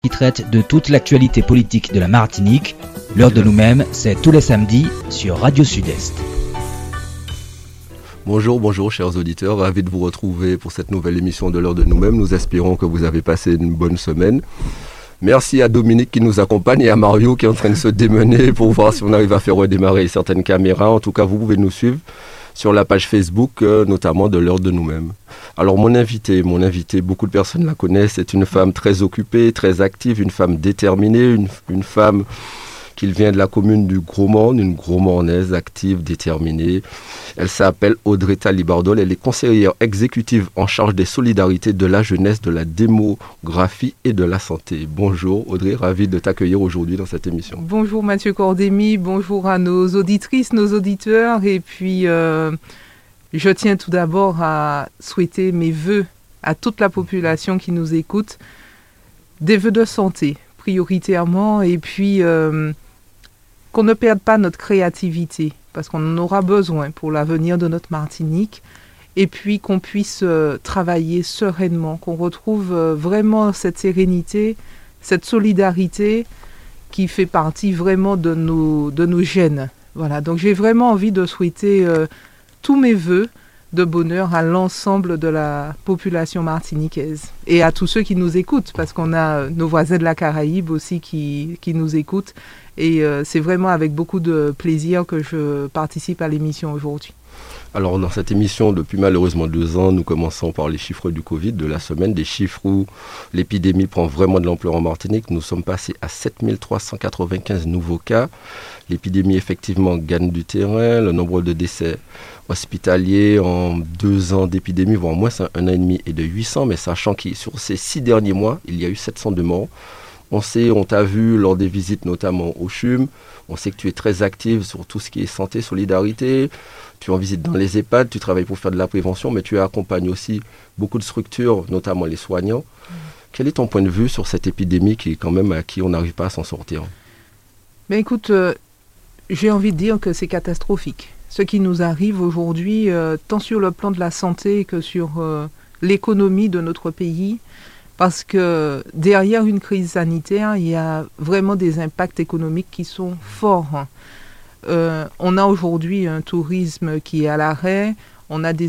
qui traite de toute l'actualité politique de la Martinique. L'heure de nous-mêmes, c'est tous les samedis sur Radio Sud-Est. Bonjour chers auditeurs, ravi de vous retrouver pour cette nouvelle émission de l'heure de nous-mêmes. Nous espérons que vous avez passé une bonne semaine. Merci à Dominique qui nous accompagne et à Mario qui est en train de se démener pour voir si on arrive à faire redémarrer certaines caméras. En tout cas, vous pouvez nous suivre sur la page Facebook, notamment de l'heure de nous-mêmes. Alors mon invité, beaucoup de personnes la connaissent, c'est une femme très occupée, très active, une femme déterminée, une femme qui vient de la commune du Gros-Morne, une Gros-Mornaise active, déterminée. Elle s'appelle Audrey Talibardol, elle est conseillère exécutive en charge des solidarités, de la jeunesse, de la démographie et de la santé. Bonjour Audrey, ravi de t'accueillir aujourd'hui dans cette émission. Bonjour Mathieu Cordémy, bonjour à nos auditrices, nos auditeurs, et puis je tiens tout d'abord à souhaiter mes vœux à toute la population qui nous écoute, des vœux de santé prioritairement, et puis qu'on ne perde pas notre créativité, parce qu'on en aura besoin pour l'avenir de notre Martinique, et puis qu'on puisse travailler sereinement, qu'on retrouve vraiment cette sérénité, cette solidarité qui fait partie vraiment de nos gènes. Voilà, donc j'ai vraiment envie de souhaiter tous mes vœux de bonheur à l'ensemble de la population martiniquaise et à tous ceux qui nous écoutent, parce qu'on a nos voisins de la Caraïbe aussi qui nous écoutent, et c'est vraiment avec beaucoup de plaisir que je participe à l'émission aujourd'hui. Alors dans cette émission, depuis malheureusement 2 ans, nous commençons par les chiffres du Covid de la semaine, des chiffres où l'épidémie prend vraiment de l'ampleur en Martinique. Nous sommes passés à 7395 nouveaux cas. L'épidémie effectivement gagne du terrain, le nombre de décès hospitaliers en 2 ans d'épidémie, voire moins, c'est 1 an et demi et de 800, mais sachant que sur ces 6 derniers mois, il y a eu 702 morts. On t'a vu lors des visites notamment au CHUM, on sait que tu es très active sur tout ce qui est santé, solidarité, tu es en visite dans les EHPAD, tu travailles pour faire de la prévention, mais tu accompagnes aussi beaucoup de structures, notamment les soignants. Quel est ton point de vue sur cette épidémie qui est quand même à qui on n'arrive pas à s'en sortir? Ben écoute, j'ai envie de dire que c'est catastrophique. Ce qui nous arrive aujourd'hui, tant sur le plan de la santé que sur l'économie de notre pays, parce que derrière une crise sanitaire, il y a vraiment des impacts économiques qui sont forts. On a aujourd'hui un tourisme qui est à l'arrêt, on a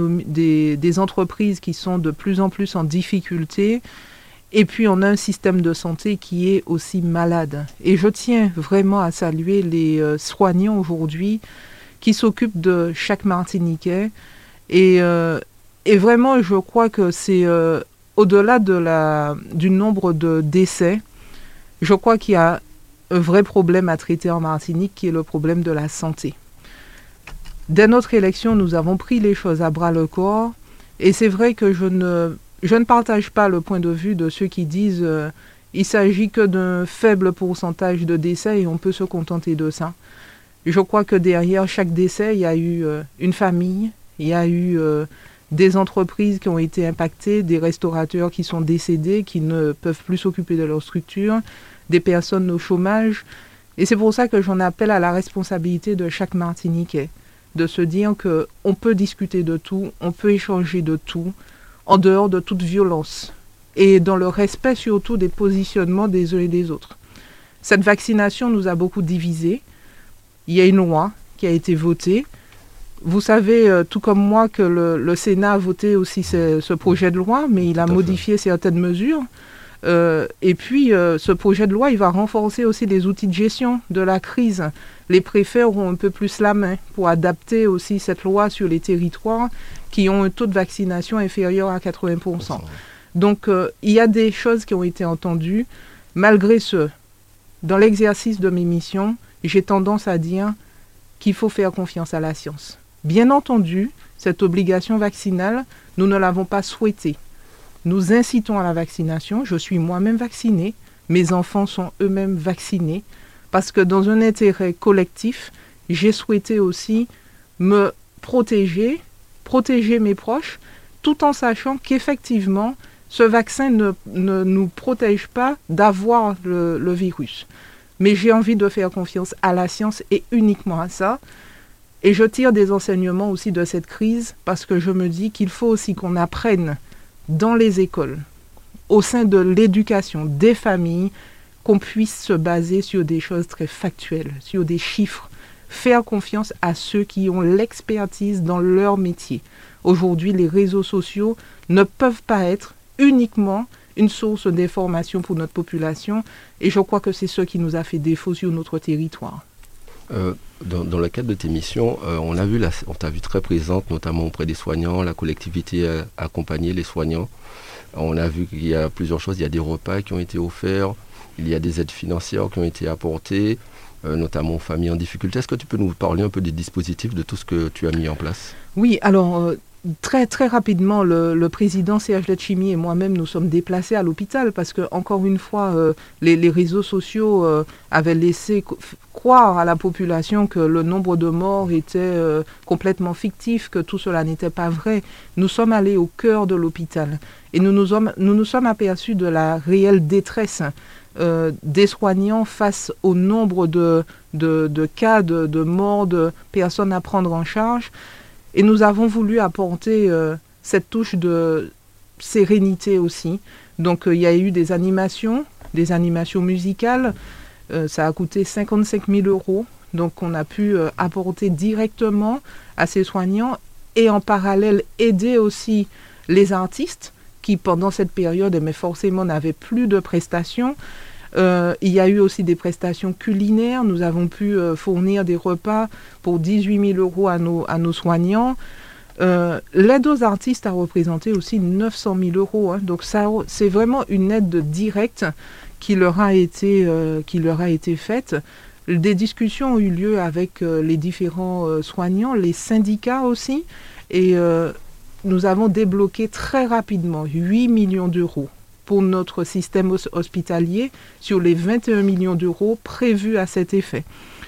des entreprises qui sont de plus en plus en difficulté, et puis on a un système de santé qui est aussi malade. Et je tiens vraiment à saluer les soignants aujourd'hui qui s'occupent de chaque Martiniquais, et vraiment je crois que c'est au-delà du nombre de décès, je crois qu'il y a un vrai problème à traiter en Martinique qui est le problème de la santé. Dès notre élection, nous avons pris les choses à bras-le-corps, et c'est vrai que je ne partage pas le point de vue de ceux qui disent il s'agit que d'un faible pourcentage de décès et on peut se contenter de ça. Je crois que derrière chaque décès, il y a eu une famille, il y a eu des entreprises qui ont été impactées, des restaurateurs qui sont décédés, qui ne peuvent plus s'occuper de leur structure, des personnes au chômage. Et c'est pour ça que j'en appelle à la responsabilité de chaque Martiniquais, de se dire qu'on peut discuter de tout, on peut échanger de tout, en dehors de toute violence, et dans le respect surtout des positionnements des uns et des autres. Cette vaccination nous a beaucoup divisés. Il y a une loi qui a été votée. Vous savez, tout comme moi, que le Sénat a voté aussi ce projet de loi, mais il a modifié certaines mesures. Et puis, ce projet de loi, il va renforcer aussi les outils de gestion de la crise. Les préfets auront un peu plus la main pour adapter aussi cette loi sur les territoires qui ont un taux de vaccination inférieur à 80%. Donc, il y a des choses qui ont été entendues. Malgré ce, dans l'exercice de mes missions, j'ai tendance à dire qu'il faut faire confiance à la science. Bien entendu, cette obligation vaccinale, nous ne l'avons pas souhaitée. Nous incitons à la vaccination. Je suis moi-même vaccinée. Mes enfants sont eux-mêmes vaccinés. Parce que dans un intérêt collectif, j'ai souhaité aussi me protéger mes proches, tout en sachant qu'effectivement, ce vaccin ne nous protège pas d'avoir le virus. Mais j'ai envie de faire confiance à la science et uniquement à ça. Et je tire des enseignements aussi de cette crise parce que je me dis qu'il faut aussi qu'on apprenne dans les écoles, au sein de l'éducation des familles, qu'on puisse se baser sur des choses très factuelles, sur des chiffres, faire confiance à ceux qui ont l'expertise dans leur métier. Aujourd'hui, les réseaux sociaux ne peuvent pas être uniquement une source d'information pour notre population, et je crois que c'est ce qui nous a fait défaut sur notre territoire. Dans le cadre de tes missions, on t'a vu très présente, notamment auprès des soignants, la collectivité a accompagné les soignants. On a vu qu'il y a plusieurs choses, il y a des repas qui ont été offerts, il y a des aides financières qui ont été apportées, notamment aux familles en difficulté. Est-ce que tu peux nous parler un peu des dispositifs, de tout ce que tu as mis en place ? Oui, alors très très rapidement, le président Serge Letchimy et moi-même nous sommes déplacés à l'hôpital parce que, encore une fois, les réseaux sociaux avaient laissé croire à la population que le nombre de morts était complètement fictif, que tout cela n'était pas vrai. Nous sommes allés au cœur de l'hôpital et nous nous sommes aperçus de la réelle détresse des soignants face au nombre de cas de morts, de personnes à prendre en charge. Et nous avons voulu apporter cette touche de sérénité aussi. Donc il y a eu des animations musicales. Ça a coûté 55 000 €. Donc on a pu apporter directement à ces soignants et en parallèle aider aussi les artistes qui pendant cette période, mais forcément, n'avaient plus de prestations. Il y a eu aussi des prestations culinaires. Nous avons pu fournir des repas pour 18 000 € à nos soignants. L'aide aux artistes a représenté aussi 900 000 €. Donc ça, c'est vraiment une aide directe qui leur a été faite. Des discussions ont eu lieu avec les différents soignants, les syndicats aussi. Et nous avons débloqué très rapidement 8 millions d'euros pour notre système hospitalier sur les 21 millions d'euros prévus à cet effet.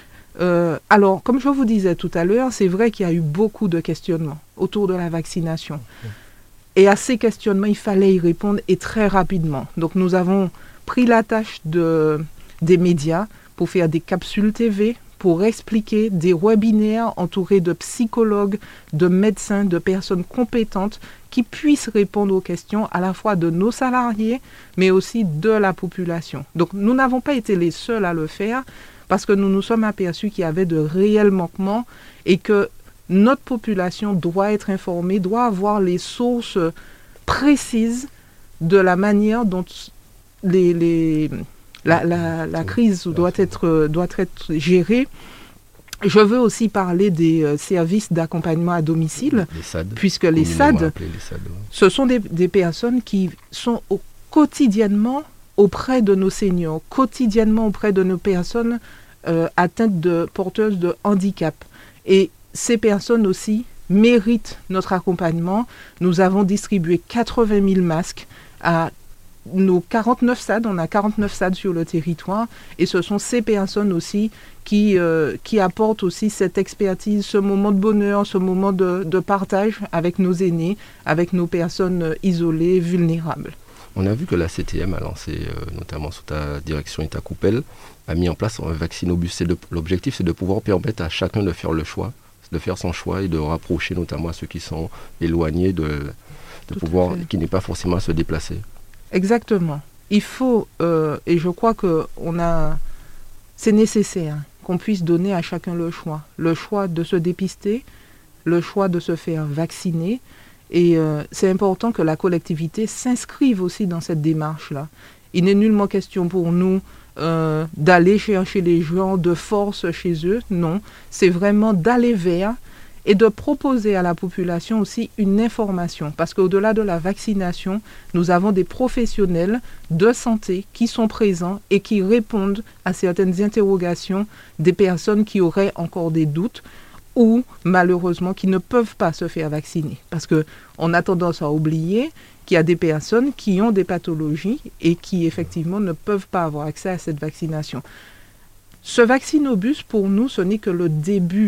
Alors, comme je vous disais tout à l'heure, c'est vrai qu'il y a eu beaucoup de questionnements autour de la vaccination. Et à ces questionnements, il fallait y répondre et très rapidement. Donc, nous avons pris la tâche des médias pour faire des capsules TV, pour expliquer des webinaires entourés de psychologues, de médecins, de personnes compétentes qui puissent répondre aux questions à la fois de nos salariés, mais aussi de la population. Donc, nous n'avons pas été les seuls à le faire parce que nous nous sommes aperçus qu'il y avait de réels manquements et que notre population doit être informée, doit avoir les sources précises de la manière dont la crise doit être gérée. Je veux aussi parler des services d'accompagnement à domicile, les SAD, puisque les SAD, ce sont des personnes qui sont quotidiennement auprès de nos seniors, quotidiennement auprès de nos personnes atteintes de porteuses de handicap. Et ces personnes aussi méritent notre accompagnement. Nous avons distribué 80 000 masques à nos 49 SAD, on a 49 SAD sur le territoire, et ce sont ces personnes aussi qui apportent aussi cette expertise, ce moment de bonheur, ce moment de partage avec nos aînés, avec nos personnes isolées, vulnérables. On a vu que la CTM a lancé, notamment sous ta direction et ta coupelle, a mis en place un vaccinobus. L'objectif, c'est de pouvoir permettre à chacun de faire le choix, de faire son choix et de rapprocher notamment à ceux qui sont éloignés, qui n'est pas forcément à se déplacer. Exactement. Il faut, et je crois que c'est nécessaire qu'on puisse donner à chacun le choix de se dépister, le choix de se faire vacciner. Et c'est important que la collectivité s'inscrive aussi dans cette démarche-là. Il n'est nullement question pour nous d'aller chercher les gens de force chez eux. Non, c'est vraiment d'aller vers et de proposer à la population aussi une information. Parce qu'au-delà de la vaccination, nous avons des professionnels de santé qui sont présents et qui répondent à certaines interrogations des personnes qui auraient encore des doutes ou malheureusement qui ne peuvent pas se faire vacciner. Parce qu'on a tendance à oublier qu'il y a des personnes qui ont des pathologies et qui effectivement ne peuvent pas avoir accès à cette vaccination. Ce vaccinobus, pour nous, ce n'est que le début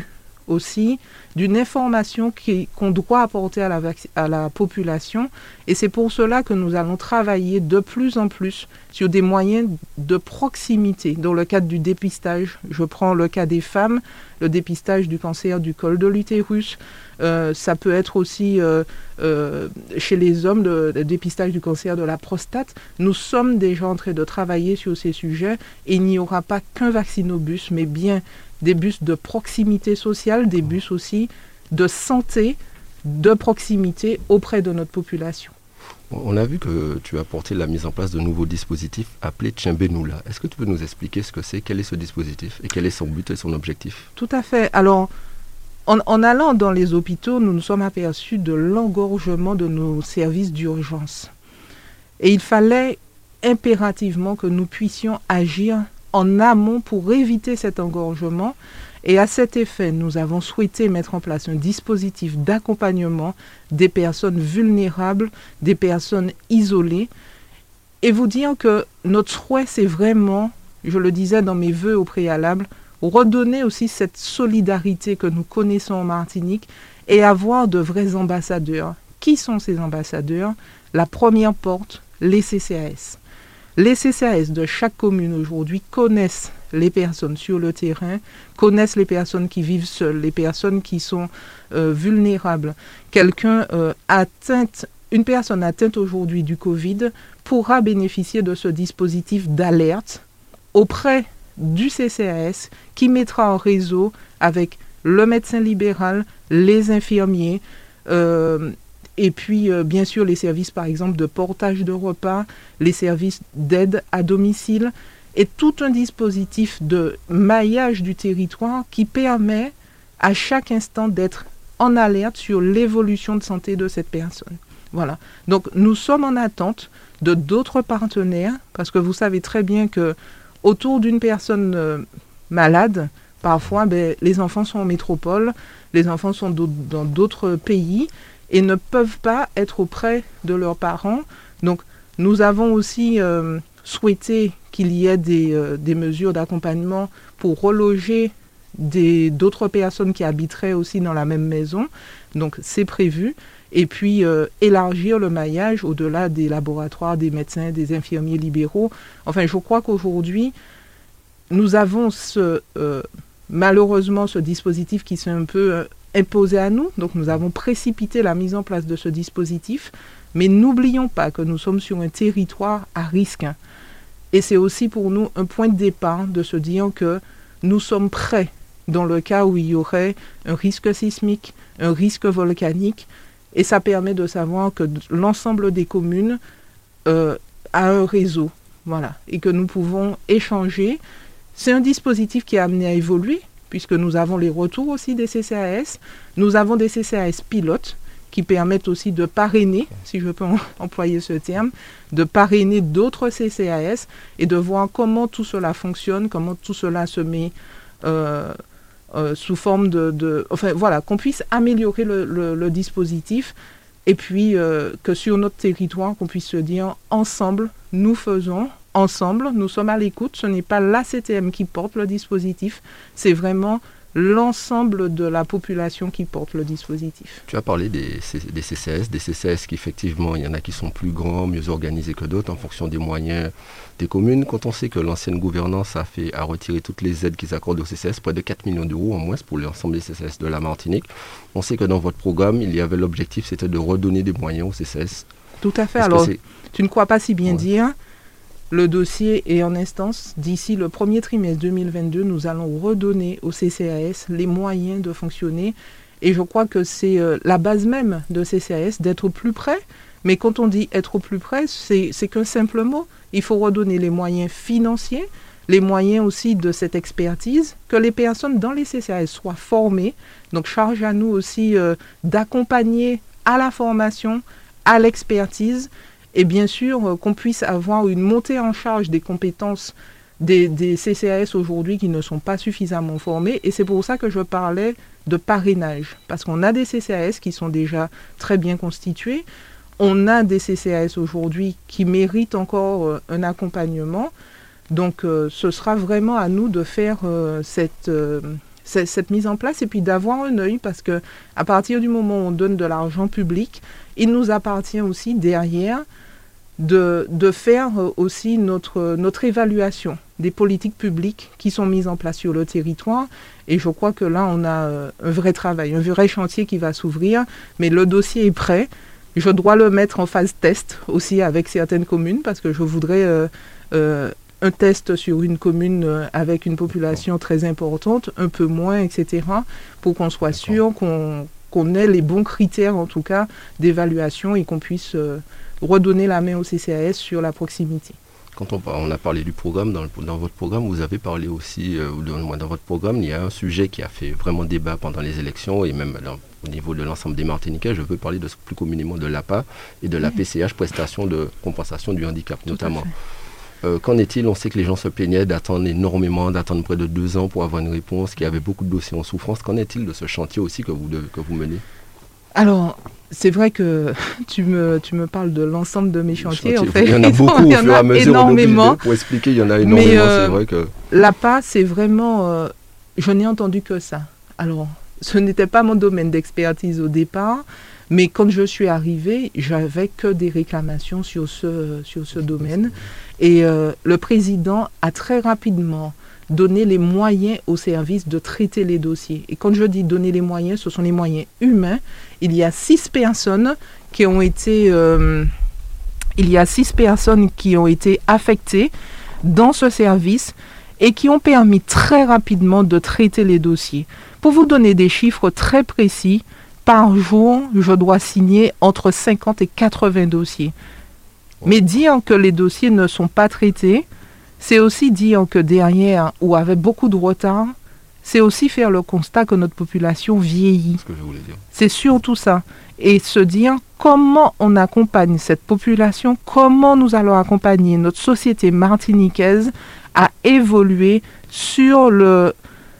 aussi d'une information qu'on doit apporter à la population. Et c'est pour cela que nous allons travailler de plus en plus sur des moyens de proximité. Dans le cadre du dépistage, je prends le cas des femmes, le dépistage du cancer du col de l'utérus. Ça peut être aussi chez les hommes le dépistage du cancer de la prostate. Nous sommes déjà en train de travailler sur ces sujets et il n'y aura pas qu'un vaccinobus, mais bien des bus de proximité sociale, des bus aussi de santé, de proximité auprès de notre population. On a vu que tu as porté la mise en place de nouveaux dispositifs appelés Tchimbenula. Est-ce que tu peux nous expliquer ce que c'est, quel est ce dispositif et quel est son but et son objectif? Tout à fait. Alors, en allant dans les hôpitaux, nous nous sommes aperçus de l'engorgement de nos services d'urgence. Et il fallait impérativement que nous puissions agir en amont pour éviter cet engorgement. Et à cet effet, nous avons souhaité mettre en place un dispositif d'accompagnement des personnes vulnérables, des personnes isolées. Et vous dire que notre souhait, c'est vraiment, je le disais dans mes vœux au préalable, redonner aussi cette solidarité que nous connaissons en Martinique et avoir de vrais ambassadeurs. Qui sont ces ambassadeurs? La première porte, les CCAS. Les CCAS de chaque commune aujourd'hui connaissent les personnes sur le terrain, connaissent les personnes qui vivent seules, les personnes qui sont vulnérables. Une personne atteinte aujourd'hui du Covid pourra bénéficier de ce dispositif d'alerte auprès du CCAS qui mettra en réseau avec le médecin libéral, les infirmiers, et puis, bien sûr, les services, par exemple, de portage de repas, les services d'aide à domicile, et tout un dispositif de maillage du territoire qui permet à chaque instant d'être en alerte sur l'évolution de santé de cette personne. Voilà. Donc, nous sommes en attente de d'autres partenaires, parce que vous savez très bien que autour d'une personne malade, parfois, les enfants sont en métropole, les enfants sont dans d'autres pays, et ne peuvent pas être auprès de leurs parents. Donc, nous avons aussi souhaité qu'il y ait des mesures d'accompagnement pour reloger d'autres personnes qui habiteraient aussi dans la même maison. Donc, c'est prévu. Et puis, élargir le maillage au-delà des laboratoires, des médecins, des infirmiers libéraux. Enfin, je crois qu'aujourd'hui, nous avons malheureusement ce dispositif qui s'est un peu imposé à nous. Donc nous avons précipité la mise en place de ce dispositif, mais n'oublions pas que nous sommes sur un territoire à risque. Et c'est aussi pour nous un point de départ de se dire que nous sommes prêts dans le cas où il y aurait un risque sismique, un risque volcanique, et ça permet de savoir que l'ensemble des communes a un réseau, voilà, et que nous pouvons échanger. C'est un dispositif qui est amené à évoluer, puisque nous avons les retours aussi des CCAS. Nous avons des CCAS pilotes qui permettent aussi de parrainer, si je peux employer ce terme, de parrainer d'autres CCAS et de voir comment tout cela fonctionne, comment tout cela se met sous forme enfin voilà, qu'on puisse améliorer le dispositif et puis que sur notre territoire, qu'on puisse se dire ensemble, nous faisons. Ensemble, nous sommes à l'écoute. Ce n'est pas l'ACTM qui porte le dispositif, c'est vraiment l'ensemble de la population qui porte le dispositif. Tu as parlé des CCAS qui effectivement, il y en a qui sont plus grands, mieux organisés que d'autres en fonction des moyens des communes. Quand on sait que l'ancienne gouvernance a retiré toutes les aides qu'ils accordent aux CCAS, près de 4 millions d'euros en moins pour l'ensemble des CCAS de la Martinique, on sait que dans votre programme, il y avait l'objectif, c'était de redonner des moyens aux CCAS. Tout à fait. Alors, tu ne crois pas si bien dire. Le dossier est en instance. D'ici le premier trimestre 2022, nous allons redonner au CCAS les moyens de fonctionner. Et je crois que c'est la base même de CCAS, d'être au plus près. Mais quand on dit être au plus près, c'est qu'un simple mot. Il faut redonner les moyens financiers, les moyens aussi de cette expertise, que les personnes dans les CCAS soient formées. Donc, charge à nous aussi d'accompagner à la formation, à l'expertise, et bien sûr qu'on puisse avoir une montée en charge des compétences des CCAS aujourd'hui qui ne sont pas suffisamment formés. Et c'est pour ça que je parlais de parrainage. Parce qu'on a des CCAS qui sont déjà très bien constitués. On a des CCAS aujourd'hui qui méritent encore un accompagnement. Donc ce sera vraiment à nous de faire cette mise en place et puis d'avoir un œil parce que à partir du moment où on donne de l'argent public, il nous appartient aussi derrière de faire aussi notre évaluation des politiques publiques qui sont mises en place sur le territoire. Et je crois que là, on a un vrai travail, un vrai chantier qui va s'ouvrir. Mais le dossier est prêt. Je dois le mettre en phase test aussi avec certaines communes parce que je voudrais un test sur une commune avec une population très importante, un peu moins, etc. pour qu'on soit sûr qu'on ait les bons critères, en tout cas, d'évaluation et qu'on puisse redonner la main au CCAS sur la proximité. Quand on a parlé du programme, dans votre programme, vous avez parlé aussi, dans votre programme, il y a un sujet qui a fait vraiment débat pendant les élections et même au niveau de l'ensemble des Martiniquais. Je veux parler plus communément de l'APA et de la PCH, prestation de compensation du handicap notamment. Qu'en est-il? On sait que les gens se plaignaient d'attendre énormément, d'attendre près de 2 ans pour avoir une réponse, qu'il y avait beaucoup de dossiers en souffrance. Qu'en est-il de ce chantier aussi que vous menez? Alors, c'est vrai que tu me parles de l'ensemble de mes chantiers. En fait, il y en a beaucoup au fur et à mesure. Énormément. Pour expliquer, il y en a énormément. C'est vrai que l'APA, c'est vraiment... je n'ai entendu que ça. Alors, ce n'était pas mon domaine d'expertise au départ, mais quand je suis arrivée, j'avais que des réclamations sur ce domaine. Et le président a très rapidement donné les moyens aux services de traiter les dossiers. Et quand je dis donner les moyens, ce sont les moyens humains. Il y a 6 personnes qui ont été affectées dans ce service et qui ont permis très rapidement de traiter les dossiers. Pour vous donner des chiffres très précis, par jour, je dois signer entre 50 et 80 dossiers. Mais dire que les dossiers ne sont pas traités, c'est aussi dire que derrière, ou avec beaucoup de retard, c'est aussi faire le constat que notre population vieillit. C'est ce que je voulais dire. C'est surtout ça. Et se dire comment on accompagne cette population, comment nous allons accompagner notre société martiniquaise à évoluer sur le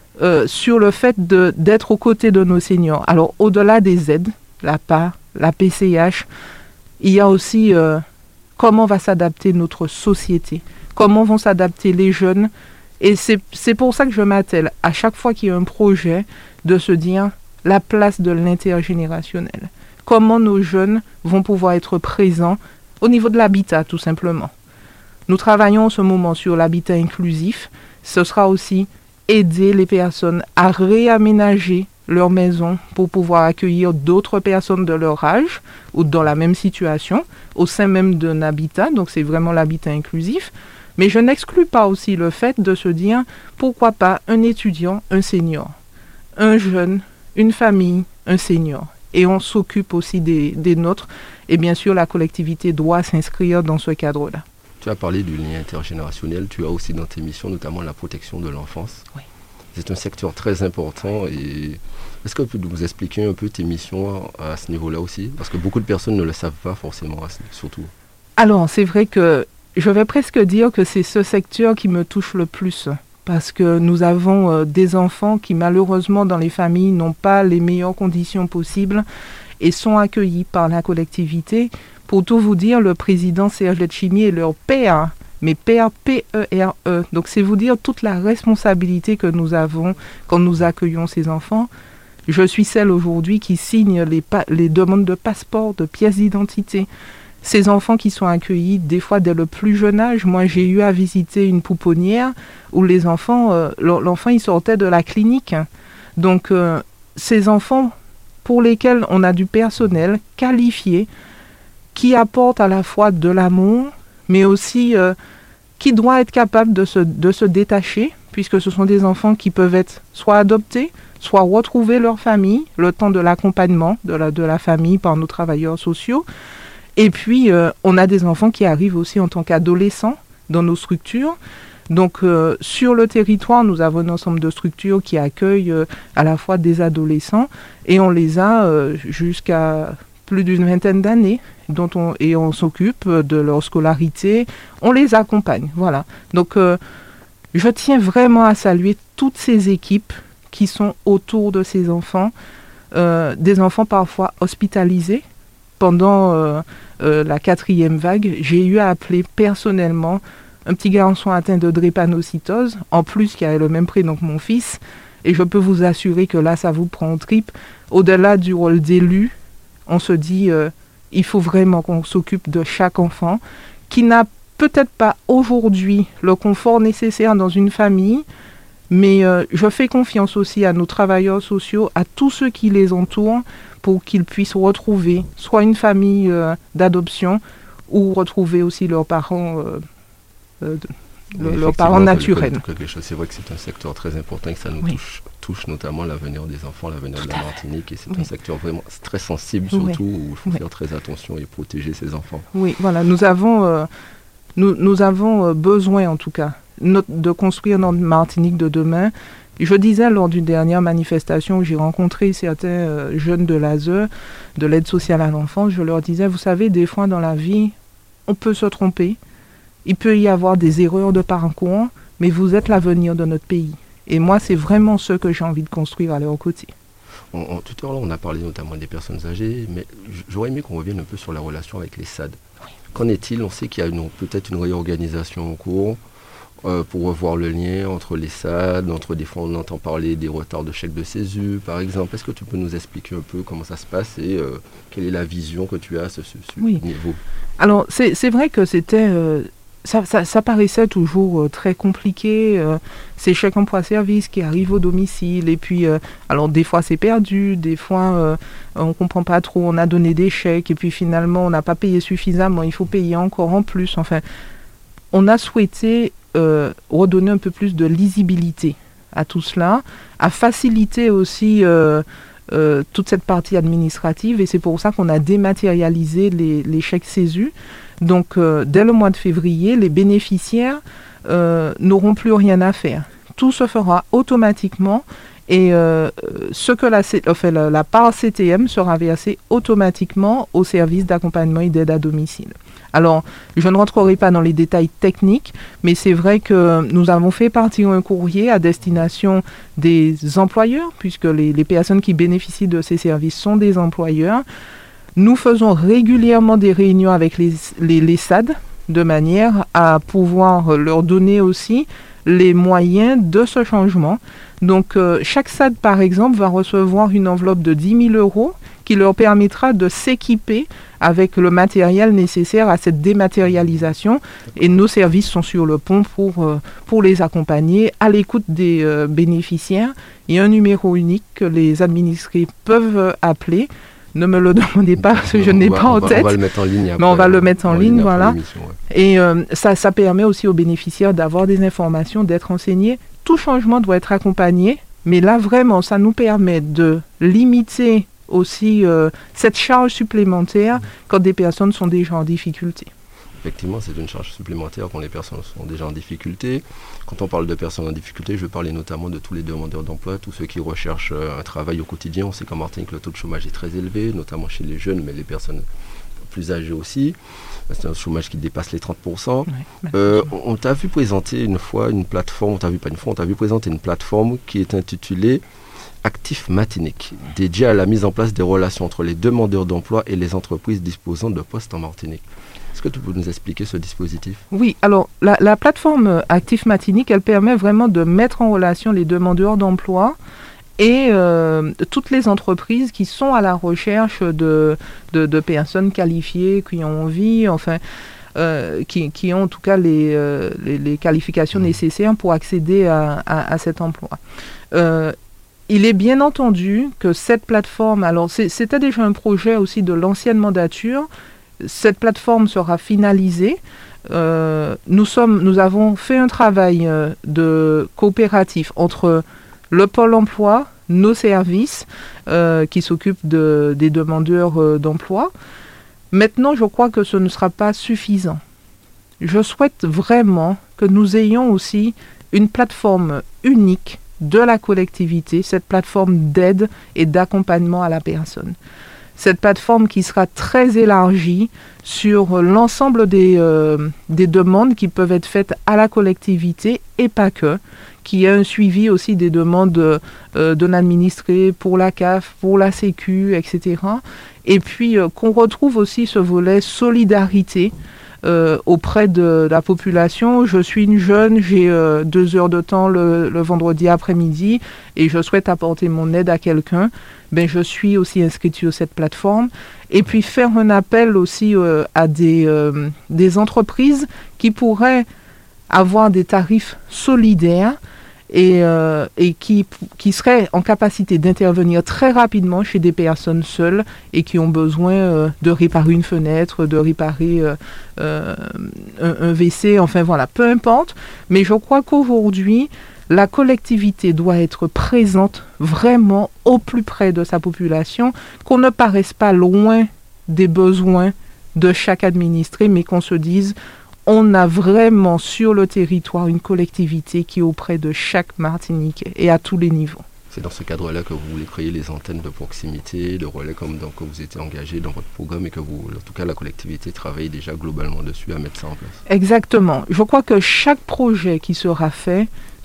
fait d'être aux côtés de nos seniors. Alors, au-delà des aides, l'APA, la PCH, il y a aussi comment va s'adapter notre société, comment vont s'adapter les jeunes. Et c'est pour ça que je m'attelle, à chaque fois qu'il y a un projet, de se dire la place de l'intergénérationnel. Comment nos jeunes vont pouvoir être présents au niveau de l'habitat, tout simplement. Nous travaillons en ce moment sur l'habitat inclusif. Ce sera aussi aider les personnes à réaménager leur maison pour pouvoir accueillir d'autres personnes de leur âge ou dans la même situation au sein même d'un habitat. Donc c'est vraiment l'habitat inclusif. Mais je n'exclus pas aussi le fait de se dire pourquoi pas un étudiant, un senior, un jeune, une famille, un senior. Et on s'occupe aussi des nôtres. Et bien sûr, la collectivité doit s'inscrire dans ce cadre-là. Tu as parlé du lien intergénérationnel, tu as aussi dans tes missions notamment la protection de l'enfance. Oui. C'est un secteur très important et est-ce que tu peux nous expliquer un peu tes missions à ce niveau-là aussi? Parce que beaucoup de personnes ne le savent pas forcément, surtout. Alors, c'est vrai que je vais presque dire que c'est ce secteur qui me touche le plus. Parce que nous avons des enfants qui malheureusement dans les familles n'ont pas les meilleures conditions possibles et sont accueillis par la collectivité. Pour tout vous dire, le président Serge Letchimy est leur père, mais père P-E-R-E. Donc c'est vous dire toute la responsabilité que nous avons quand nous accueillons ces enfants. Je suis celle aujourd'hui qui signe les demandes de passeport, de pièces d'identité. Ces enfants qui sont accueillis des fois dès le plus jeune âge. Moi j'ai eu à visiter une pouponnière où les enfants, l'enfant il sortait de la clinique. Donc ces enfants pour lesquels on a du personnel qualifié, qui apporte à la fois de l'amour, mais aussi qui doit être capable de se détacher, puisque ce sont des enfants qui peuvent être soit adoptés, soit retrouver leur famille, le temps de l'accompagnement de la famille par nos travailleurs sociaux. Et puis, on a des enfants qui arrivent aussi en tant qu'adolescents dans nos structures. Donc, sur le territoire, nous avons un ensemble de structures qui accueillent à la fois des adolescents, et on les a jusqu'à plus d'une vingtaine d'années, et on s'occupe de leur scolarité, on les accompagne, voilà. Donc, je tiens vraiment à saluer toutes ces équipes qui sont autour de ces enfants, des enfants parfois hospitalisés. Pendant la 4e vague, j'ai eu à appeler personnellement un petit garçon atteint de drépanocytose, en plus qui avait le même prénom que mon fils, Et je peux vous assurer que là, ça vous prend aux tripes. Au-delà du rôle d'élu, on se dit, il faut vraiment qu'on s'occupe de chaque enfant qui n'a peut-être pas aujourd'hui le confort nécessaire dans une famille, mais je fais confiance aussi à nos travailleurs sociaux, à tous ceux qui les entourent, pour qu'ils puissent retrouver soit une famille d'adoption ou retrouver aussi leurs parents, leurs parents naturels. C'est vrai que c'est un secteur très important et que ça nous touche notamment l'avenir des enfants, l'avenir de la Martinique. Et c'est un secteur vraiment très sensible, surtout où il faut faire très attention et protéger ses enfants. Oui, voilà, nous avons besoin en tout cas de construire notre Martinique de demain. Je disais lors d'une dernière manifestation où j'ai rencontré certains jeunes de l'ASE, de l'aide sociale à l'enfance, je leur disais, vous savez, des fois dans la vie, on peut se tromper, il peut y avoir des erreurs de parcours, mais vous êtes l'avenir de notre pays. Et moi, c'est vraiment ce que j'ai envie de construire à leur côté. Tout à l'heure, on a parlé notamment des personnes âgées, mais j'aurais aimé qu'on revienne un peu sur la relation avec les SAD. Oui. Qu'en est-il? On sait qu'il y a peut-être une réorganisation en cours. Pour revoir le lien entre les SAD, des fois on entend parler des retards de chèques de CESU, par exemple. Est-ce que tu peux nous expliquer un peu comment ça se passe et quelle est la vision que tu as à ce niveau? Alors, c'est vrai que c'était... Ça paraissait toujours très compliqué, ces chèques emploi-service qui arrivent au domicile, et puis, alors des fois c'est perdu, des fois on ne comprend pas trop, on a donné des chèques, et puis finalement on n'a pas payé suffisamment, il faut payer encore en plus. Enfin, on a souhaité redonner un peu plus de lisibilité à tout cela, à faciliter aussi toute cette partie administrative, et c'est pour ça qu'on a dématérialisé les chèques CESU. Donc, dès le mois de février, les bénéficiaires n'auront plus rien à faire. Tout se fera automatiquement et ce que la part CTM sera versée automatiquement au service d'accompagnement et d'aide à domicile. Alors, je ne rentrerai pas dans les détails techniques, mais c'est vrai que nous avons fait partir un courrier à destination des employeurs, puisque les personnes qui bénéficient de ces services sont des employeurs. Nous faisons régulièrement des réunions avec les SAD, de manière à pouvoir leur donner aussi les moyens de ce changement. Donc, chaque SAD, par exemple, va recevoir une enveloppe de 10 000 € qui leur permettra de s'équiper avec le matériel nécessaire à cette dématérialisation. Et nos services sont sur le pont pour les accompagner à l'écoute des bénéficiaires. Il y a un numéro unique que les administrés peuvent appeler. Ne me le demandez pas parce que je n'ai pas en tête. On va le mettre en ligne après. Mais on va le mettre en ligne, voilà. Et ça permet aussi aux bénéficiaires d'avoir des informations, d'être renseignés. Tout changement doit être accompagné. Mais là, vraiment, ça nous permet de limiter aussi cette charge supplémentaire quand des personnes sont déjà en difficulté. Effectivement, c'est une charge supplémentaire quand les personnes sont déjà en difficulté. Quand on parle de personnes en difficulté, je veux parler notamment de tous les demandeurs d'emploi, tous ceux qui recherchent un travail au quotidien. On sait qu'en Martinique, le taux de chômage est très élevé, notamment chez les jeunes, mais les personnes plus âgées aussi. C'est un chômage qui dépasse les 30%. Ouais, on t'a vu présenter une fois une plateforme, on t'a vu présenter une plateforme qui est intitulée Actif Martinique, dédiée à la mise en place des relations entre les demandeurs d'emploi et les entreprises disposant de postes en Martinique. Est-ce que tu peux nous expliquer ce dispositif? Oui, alors la plateforme Actif Martinique, elle permet vraiment de mettre en relation les demandeurs d'emploi et toutes les entreprises qui sont à la recherche de personnes qualifiées, qui ont envie, enfin, qui ont en tout cas les qualifications nécessaires pour accéder à cet emploi. Il est bien entendu que cette plateforme, alors c'était déjà un projet aussi de l'ancienne mandature. Cette plateforme sera finalisée. Nous avons fait un travail de coopératif entre le Pôle emploi, nos services qui s'occupent des demandeurs d'emploi. Maintenant, je crois que ce ne sera pas suffisant. Je souhaite vraiment que nous ayons aussi une plateforme unique de la collectivité, cette plateforme d'aide et d'accompagnement à la personne. Cette plateforme qui sera très élargie sur l'ensemble des demandes qui peuvent être faites à la collectivité et pas que, qui a un suivi aussi des demandes d'un administré pour la CAF, pour la Sécu, etc. Et puis qu'on retrouve aussi ce volet solidarité auprès de la population. Je suis une jeune, j'ai 2 heures de temps le vendredi après-midi et je souhaite apporter mon aide à quelqu'un. Je suis aussi inscrite sur cette plateforme. Et puis faire un appel aussi à des entreprises qui pourraient avoir des tarifs solidaires et qui seraient en capacité d'intervenir très rapidement chez des personnes seules et qui ont besoin de réparer une fenêtre, de réparer un WC, enfin voilà, peu importe. Mais je crois qu'aujourd'hui, la collectivité doit être présente vraiment au plus près de sa population, qu'on ne paraisse pas loin des besoins de chaque administré, mais qu'on se dise on a vraiment sur le territoire une collectivité qui est auprès de chaque Martiniquais et à tous les niveaux. C'est dans ce cadre-là que vous voulez créer les antennes de proximité, de relais que vous étiez engagé dans votre programme et que vous, en tout cas la collectivité travaille déjà globalement dessus à mettre ça en place. Exactement. Je crois que chaque projet qui sera fait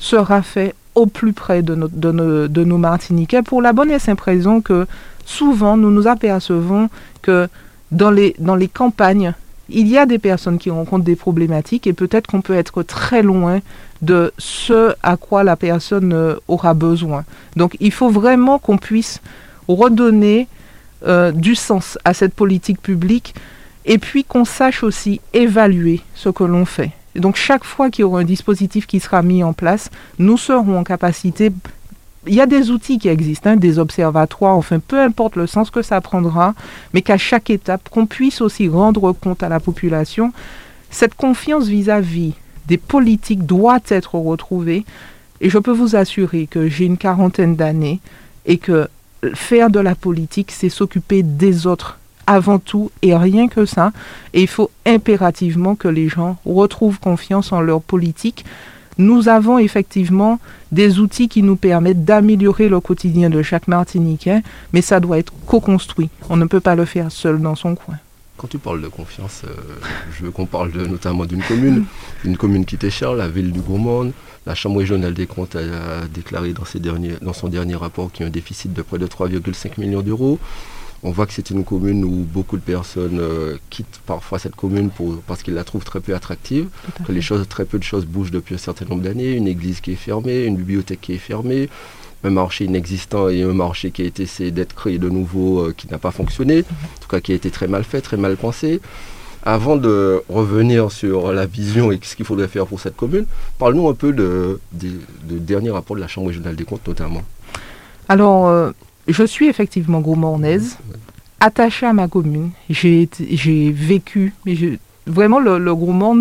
au plus près de nos Martiniquais pour la bonne et simple raison que souvent nous nous apercevons que dans les campagnes, il y a des personnes qui rencontrent des problématiques et peut-être qu'on peut être très loin de ce à quoi la personne aura besoin. Donc il faut vraiment qu'on puisse redonner du sens à cette politique publique et puis qu'on sache aussi évaluer ce que l'on fait. Et donc chaque fois qu'il y aura un dispositif qui sera mis en place, nous serons en capacité... Il y a des outils qui existent, des observatoires, enfin peu importe le sens que ça prendra, mais qu'à chaque étape, qu'on puisse aussi rendre compte à la population. Cette confiance vis-à-vis des politiques doit être retrouvée et je peux vous assurer que j'ai une 40aine d'années et que faire de la politique, c'est s'occuper des autres avant tout et rien que ça. Et il faut impérativement que les gens retrouvent confiance en leur politique. Nous avons effectivement des outils qui nous permettent d'améliorer le quotidien de chaque Martiniquais, mais ça doit être co-construit. On ne peut pas le faire seul dans son coin. Quand tu parles de confiance, je veux qu'on parle notamment d'une commune qui t'est chère, la ville du Gros-Morne. La Chambre régionale des comptes a déclaré dans son dernier rapport qu'il y a un déficit de près de 3,5 millions d'euros. On voit que c'est une commune où beaucoup de personnes quittent parfois cette commune parce qu'ils la trouvent très peu attractive, que très peu de choses bougent depuis un certain nombre d'années, une église qui est fermée, une bibliothèque qui est fermée, un marché inexistant et un marché qui a été essayé d'être créé de nouveau qui n'a pas fonctionné, en tout cas qui a été très mal fait, très mal pensé. Avant de revenir sur la vision et ce qu'il faudrait faire pour cette commune, parle-nous un peu du dernier rapport de la Chambre régionale des comptes notamment. Alors, je suis effectivement gros-mornaise, attachée à ma commune. J'ai vécu, mais vraiment le Gros-Morne,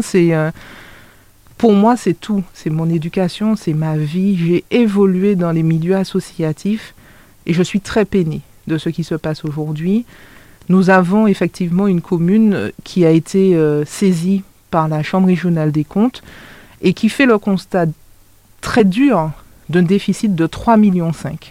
pour moi c'est tout. C'est mon éducation, c'est ma vie. J'ai évolué dans les milieux associatifs et je suis très peinée de ce qui se passe aujourd'hui. Nous avons effectivement une commune qui a été saisie par la Chambre régionale des comptes et qui fait le constat très dur d'un déficit de 3,5 millions.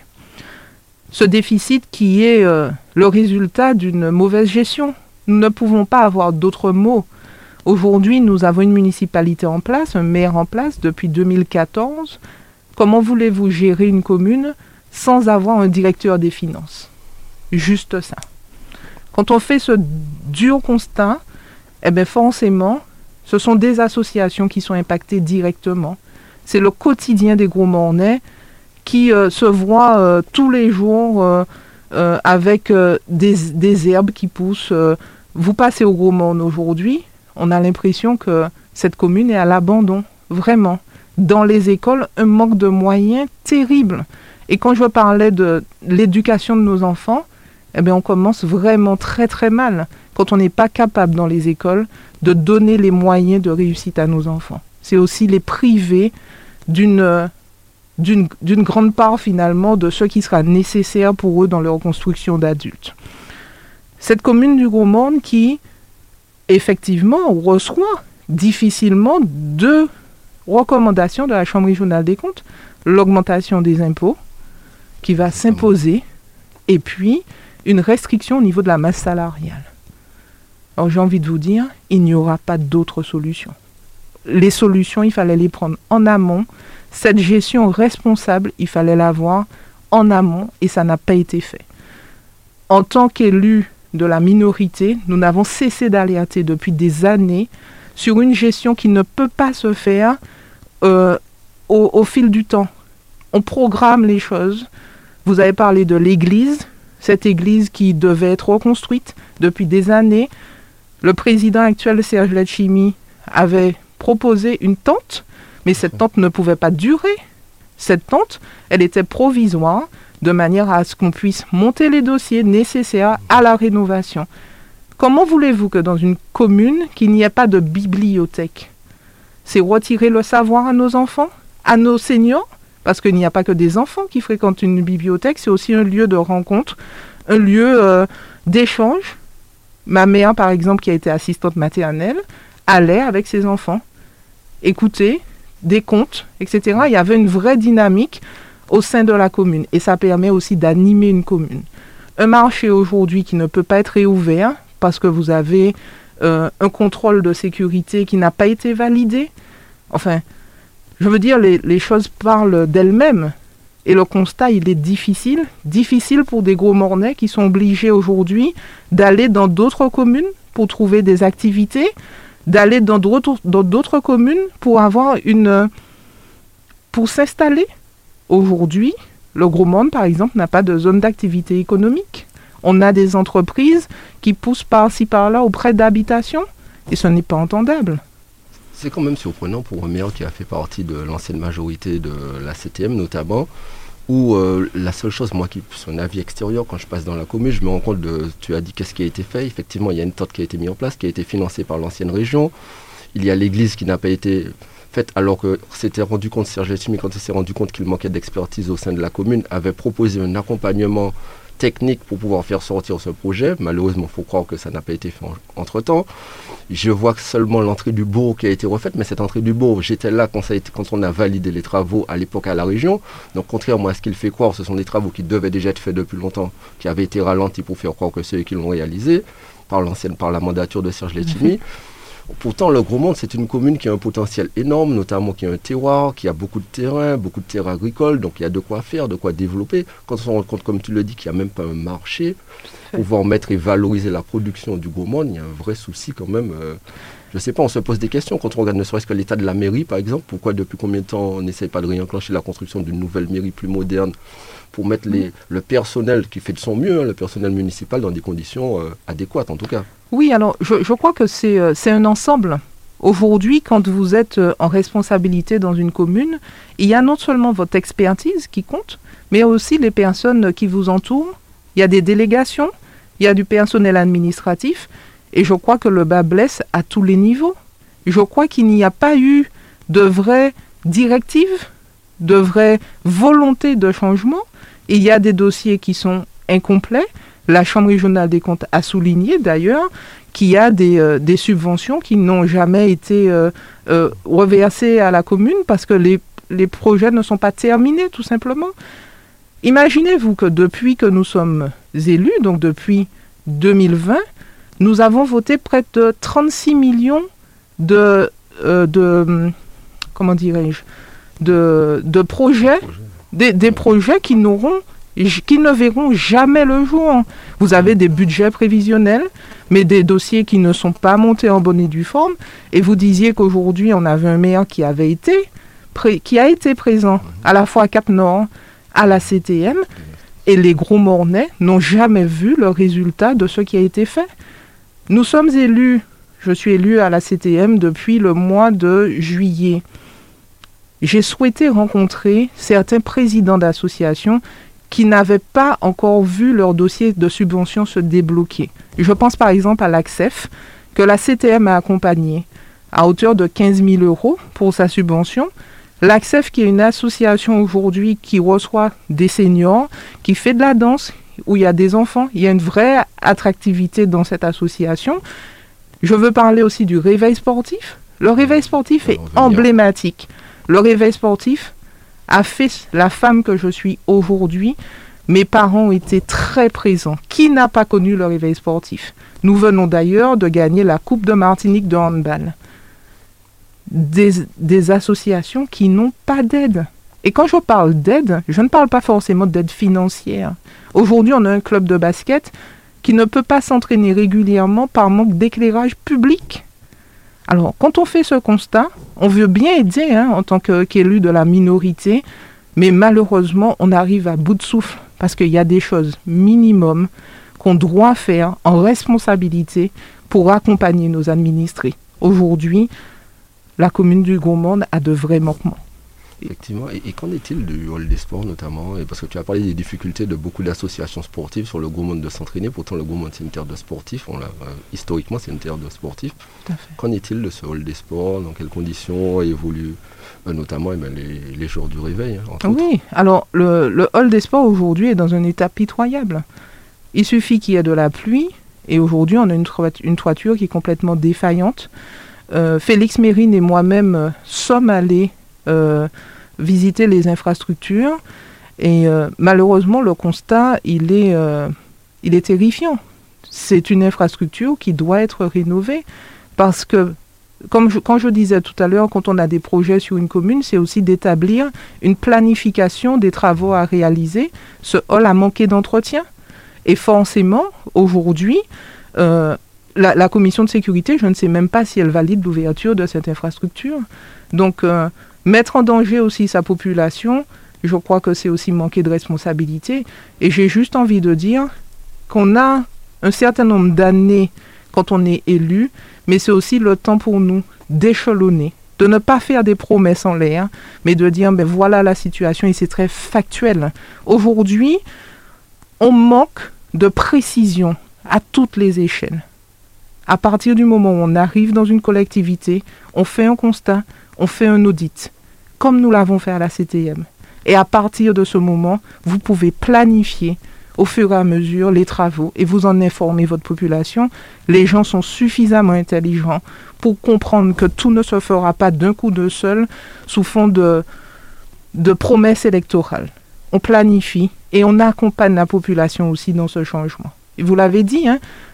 Ce déficit qui est le résultat d'une mauvaise gestion. Nous ne pouvons pas avoir d'autres mots. Aujourd'hui, nous avons une municipalité en place, un maire en place depuis 2014. Comment voulez-vous gérer une commune sans avoir un directeur des finances? Juste ça. Quand on fait ce dur constat, forcément, ce sont des associations qui sont impactées directement. C'est le quotidien des Gros-Mornais qui se voient tous les jours avec des herbes qui poussent. Vous passez au Gros-Morne aujourd'hui, on a l'impression que cette commune est à l'abandon, vraiment. Dans les écoles, un manque de moyens terrible. Et quand je parlais de l'éducation de nos enfants, on commence vraiment très très mal quand on n'est pas capable dans les écoles de donner les moyens de réussite à nos enfants. C'est aussi les priver d'une grande part finalement de ce qui sera nécessaire pour eux dans leur construction d'adultes. Cette commune du Gros-Morne qui effectivement reçoit difficilement 2 recommandations de la Chambre régionale des comptes, l'augmentation des impôts qui va s'imposer et puis une restriction au niveau de la masse salariale. Alors j'ai envie de vous dire, il n'y aura pas d'autres solutions. Les solutions, il fallait les prendre en amont. Cette gestion responsable, il fallait l'avoir en amont et ça n'a pas été fait. En tant qu'élus de la minorité, nous n'avons cessé d'alerter depuis des années sur une gestion qui ne peut pas se faire au fil du temps. On programme les choses. Vous avez parlé de l'église, cette église qui devait être reconstruite depuis des années. Le président actuel, Serge Letchimy, avait proposé une tente, mais cette tente ne pouvait pas durer. Cette tente, elle était provisoire, de manière à ce qu'on puisse monter les dossiers nécessaires à la rénovation. Comment voulez-vous que dans une commune, qu'il n'y ait pas de bibliothèque? C'est retirer le savoir à nos enfants, à nos seniors, parce qu'il n'y a pas que des enfants qui fréquentent une bibliothèque, c'est aussi un lieu de rencontre, un lieu d'échange. Ma mère, par exemple, qui a été assistante maternelle, allait avec ses enfants écouter des contes, etc. Il y avait une vraie dynamique au sein de la commune. Et ça permet aussi d'animer une commune. Un marché aujourd'hui qui ne peut pas être réouvert parce que vous avez un contrôle de sécurité qui n'a pas été validé. Enfin, je veux dire, les choses parlent d'elles-mêmes. Et le constat, il est difficile. Difficile pour des gros mornais qui sont obligés aujourd'hui d'aller dans d'autres communes pour trouver des activités, d'aller dans d'autres communes pour pour s'installer. Aujourd'hui, le Gros Monde, par exemple, n'a pas de zone d'activité économique. On a des entreprises qui poussent par-ci, par-là auprès d'habitations, et ce n'est pas entendable. C'est quand même surprenant pour un maire qui a fait partie de l'ancienne majorité de la CTM notamment, où la seule chose, moi qui suis un avis extérieur, quand je passe dans la commune, je me rends compte tu as dit qu'est-ce qui a été fait. Effectivement, il y a une tente qui a été mise en place, qui a été financée par l'ancienne région. Il y a l'église qui n'a pas été faite, alors que s'était rendu compte, Serge Letchimy, quand il s'est rendu compte qu'il manquait d'expertise au sein de la commune, avait proposé un accompagnement technique pour pouvoir faire sortir ce projet. Malheureusement, il faut croire que ça n'a pas été fait entre-temps. Je vois seulement l'entrée du bourg qui a été refaite, mais cette entrée du bourg, j'étais là quand on a validé les travaux à l'époque à la région. Donc, contrairement à ce qu'il fait croire, ce sont des travaux qui devaient déjà être faits depuis longtemps, qui avaient été ralentis pour faire croire que ceux qui l'ont réalisé par la mandature de Serge Letchimy. Pourtant, le Gros Monde, c'est une commune qui a un potentiel énorme, notamment qui a un terroir, qui a beaucoup de terrain agricoles, donc il y a de quoi faire, de quoi développer. Quand on se rend compte, comme tu le dis, qu'il n'y a même pas un marché, pouvoir mettre et valoriser la production du Gros Monde, il y a un vrai souci quand même. Je ne sais pas, on se pose des questions quand on regarde ne serait-ce que l'état de la mairie, par exemple. Pourquoi, depuis combien de temps on n'essaie pas de réenclencher la construction d'une nouvelle mairie plus moderne pour mettre le personnel qui fait de son mieux, le personnel municipal, dans des conditions adéquates en tout cas. Oui, alors je crois que c'est un ensemble. Aujourd'hui, quand vous êtes en responsabilité dans une commune, il y a non seulement votre expertise qui compte, mais aussi les personnes qui vous entourent. Il y a des délégations, il y a du personnel administratif, et je crois que le bas blesse à tous les niveaux. Je crois qu'il n'y a pas eu de vraies directives, de vraies volontés de changement. Il y a des dossiers qui sont incomplets. La Chambre régionale des comptes a souligné d'ailleurs qu'il y a des subventions qui n'ont jamais été reversées à la commune parce que les projets ne sont pas terminés tout simplement. Imaginez-vous que depuis que nous sommes élus, donc depuis 2020, nous avons voté près de 36 millions de projets, des projets qui ne verront jamais le jour. Vous avez des budgets prévisionnels, mais des dossiers qui ne sont pas montés en bonne et due forme. Et vous disiez qu'aujourd'hui, on avait un maire qui a été présent à la fois à Cap-Nord, à la CTM, et les Gros Mornais n'ont jamais vu le résultat de ce qui a été fait. Nous sommes élus, je suis élu à la CTM depuis le mois de juillet. J'ai souhaité rencontrer certains présidents d'associations qui n'avaient pas encore vu leur dossier de subvention se débloquer. Je pense par exemple à l'ACSEF, que la CTM a accompagné à hauteur de 15 000 € pour sa subvention. L'ACSEF, qui est une association aujourd'hui qui reçoit des seniors, qui fait de la danse, où il y a des enfants, il y a une vraie attractivité dans cette association. Je veux parler aussi du réveil sportif. Le réveil sportif est emblématique. Le réveil sportif a fait la femme que je suis aujourd'hui. Mes parents ont été très présents. Qui n'a pas connu le réveil sportif? Nous venons d'ailleurs de gagner la Coupe de Martinique de handball. Des associations qui n'ont pas d'aide. Et quand je parle d'aide, je ne parle pas forcément d'aide financière. Aujourd'hui, on a un club de basket qui ne peut pas s'entraîner régulièrement par manque d'éclairage public. Alors, quand on fait ce constat, on veut bien aider en tant qu'élu de la minorité, mais malheureusement, on arrive à bout de souffle parce qu'il y a des choses minimum qu'on doit faire en responsabilité pour accompagner nos administrés. Aujourd'hui, la commune du Gros-Monde a de vrais manquements. Effectivement. Et qu'en est-il du hall des sports notamment? Parce que tu as parlé des difficultés de beaucoup d'associations sportives sur le Gros-Monde de s'entraîner. Pourtant, le Gros-Monde, c'est une terre de sportifs. Historiquement, c'est une terre de sportifs. Tout à fait. Qu'en est-il de ce hall des sports? Dans quelles conditions évoluent notamment les jours du réveil entre autres. Alors le hall des sports aujourd'hui est dans un état pitoyable. Il suffit qu'il y ait de la pluie et aujourd'hui on a une toiture qui est complètement défaillante. Félix Mérine et moi-même sommes allés visiter les infrastructures et malheureusement le constat il est terrifiant. C'est une infrastructure qui doit être rénovée parce que quand je disais tout à l'heure, quand on a des projets sur une commune, c'est aussi d'établir une planification des travaux à réaliser. Ce hall a manqué d'entretien. Et forcément, aujourd'hui, la commission de sécurité, je ne sais même pas si elle valide l'ouverture de cette infrastructure. Donc, mettre en danger aussi sa population, je crois que c'est aussi manquer de responsabilité. Et j'ai juste envie de dire qu'on a un certain nombre d'années quand on est élu, mais c'est aussi le temps pour nous d'échelonner, de ne pas faire des promesses en l'air, mais de dire, voilà la situation et c'est très factuel. Aujourd'hui, on manque de précision à toutes les échelles. À partir du moment où on arrive dans une collectivité, on fait un constat, on fait un audit, comme nous l'avons fait à la CTM. Et à partir de ce moment, vous pouvez planifier au fur et à mesure les travaux et vous en informer votre population. Les gens sont suffisamment intelligents pour comprendre que tout ne se fera pas d'un coup de seul sous fond de promesses électorales. On planifie et on accompagne la population aussi dans ce changement. Et vous l'avez dit,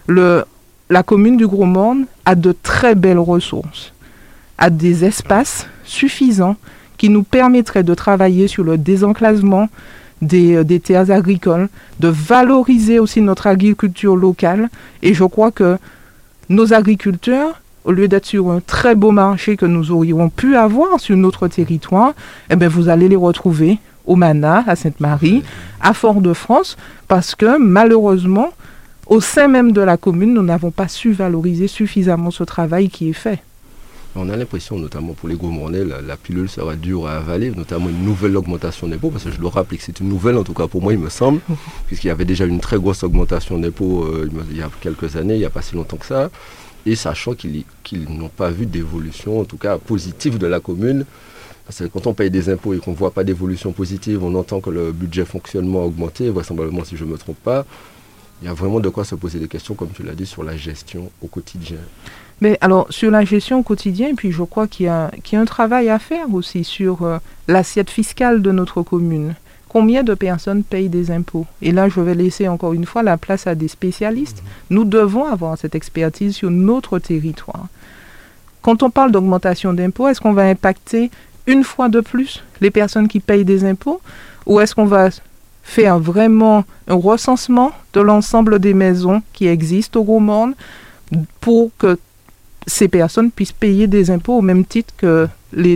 la commune du Gros-Monde a de très belles ressources, a des espaces suffisants qui nous permettraient de travailler sur le désenclavement des terres agricoles, de valoriser aussi notre agriculture locale. Et je crois que nos agriculteurs, au lieu d'être sur un très beau marché que nous aurions pu avoir sur notre territoire, vous allez les retrouver au Mana, à Sainte-Marie, à Fort-de-France, parce que malheureusement, au sein même de la commune, nous n'avons pas su valoriser suffisamment ce travail qui est fait. On a l'impression, notamment pour les Gros-Mondais, la pilule sera dure à avaler, notamment une nouvelle augmentation d'impôts, parce que je dois rappeler que c'est une nouvelle, en tout cas pour moi, il me semble, puisqu'il y avait déjà une très grosse augmentation d'impôts il y a quelques années, il n'y a pas si longtemps que ça, et sachant qu'ils n'ont pas vu d'évolution, en tout cas positive de la commune, parce que quand on paye des impôts et qu'on ne voit pas d'évolution positive, on entend que le budget fonctionnement a augmenté, vraisemblablement si je ne me trompe pas, il y a vraiment de quoi se poser des questions, comme tu l'as dit, sur la gestion au quotidien. Mais alors, sur la gestion au quotidien, puis je crois qu'il y a un travail à faire aussi sur l'assiette fiscale de notre commune. Combien de personnes payent des impôts? Et là, je vais laisser encore une fois la place à des spécialistes. Nous devons avoir cette expertise sur notre territoire. Quand on parle d'augmentation d'impôts, est-ce qu'on va impacter une fois de plus les personnes qui payent des impôts? Ou est-ce qu'on va faire vraiment un recensement de l'ensemble des maisons qui existent au Gros-Monde pour que ces personnes puissent payer des impôts au même titre que les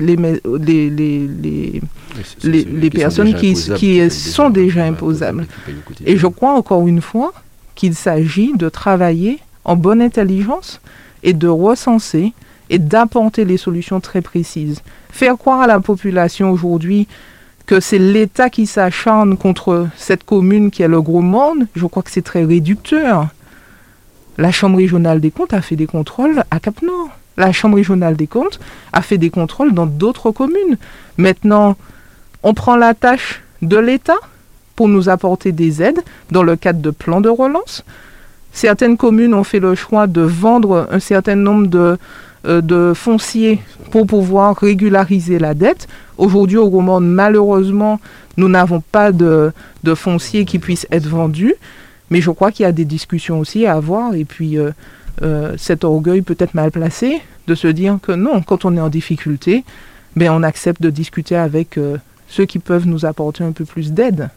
personnes qui sont déjà imposables. Et je crois encore une fois qu'il s'agit de travailler en bonne intelligence et de recenser et d'apporter les solutions très précises. Faire croire à la population aujourd'hui que c'est l'État qui s'acharne contre cette commune qui est le Gros-Monde, je crois que c'est très réducteur. La Chambre régionale des comptes a fait des contrôles à Cap-Nord. La Chambre régionale des comptes a fait des contrôles dans d'autres communes. Maintenant, on prend la tâche de l'État pour nous apporter des aides dans le cadre de plans de relance. Certaines communes ont fait le choix de vendre un certain nombre de fonciers pour pouvoir régulariser la dette. Aujourd'hui, au Gros-Monde, malheureusement, nous n'avons pas de fonciers qui puissent être vendus. Mais je crois qu'il y a des discussions aussi à avoir. Et puis, cet orgueil peut-être mal placé de se dire que non, quand on est en difficulté, on accepte de discuter avec ceux qui peuvent nous apporter un peu plus d'aide.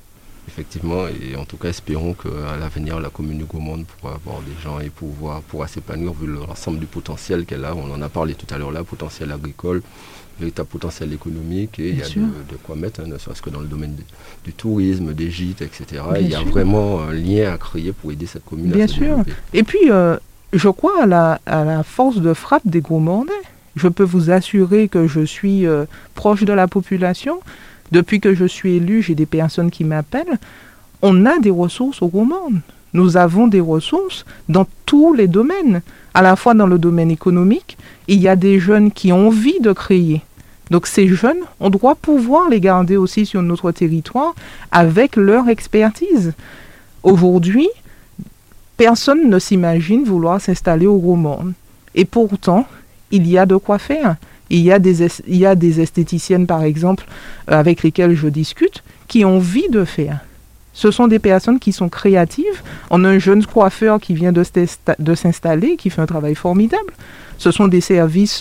Effectivement, et en tout cas, espérons qu'à l'avenir, la commune de Gaumont pourra avoir des gens et pourra s'épanouir vu l'ensemble du potentiel qu'elle a. On en a parlé tout à l'heure là, potentiel agricole, véritable potentiel économique, et il y a de quoi mettre, ne serait-ce que dans le domaine du tourisme, des gîtes, etc. Il y a vraiment un lien à créer pour aider cette commune à se développer. Et puis, je crois à la force de frappe des Gaumondais. Je peux vous assurer que je suis proche de la population. Depuis que je suis élu, j'ai des personnes qui m'appellent. On a des ressources au Gaumont. Nous avons des ressources dans tous les domaines. À la fois dans le domaine économique, il y a des jeunes qui ont envie de créer. Donc ces jeunes, on doit pouvoir les garder aussi sur notre territoire avec leur expertise. Aujourd'hui, personne ne s'imagine vouloir s'installer au Gaumont. Et pourtant, il y a de quoi faire. Il y a des esthéticiennes, par exemple, avec lesquelles je discute, qui ont envie de faire. Ce sont des personnes qui sont créatives. On a un jeune coiffeur qui vient de s'installer, qui fait un travail formidable. Ce sont des services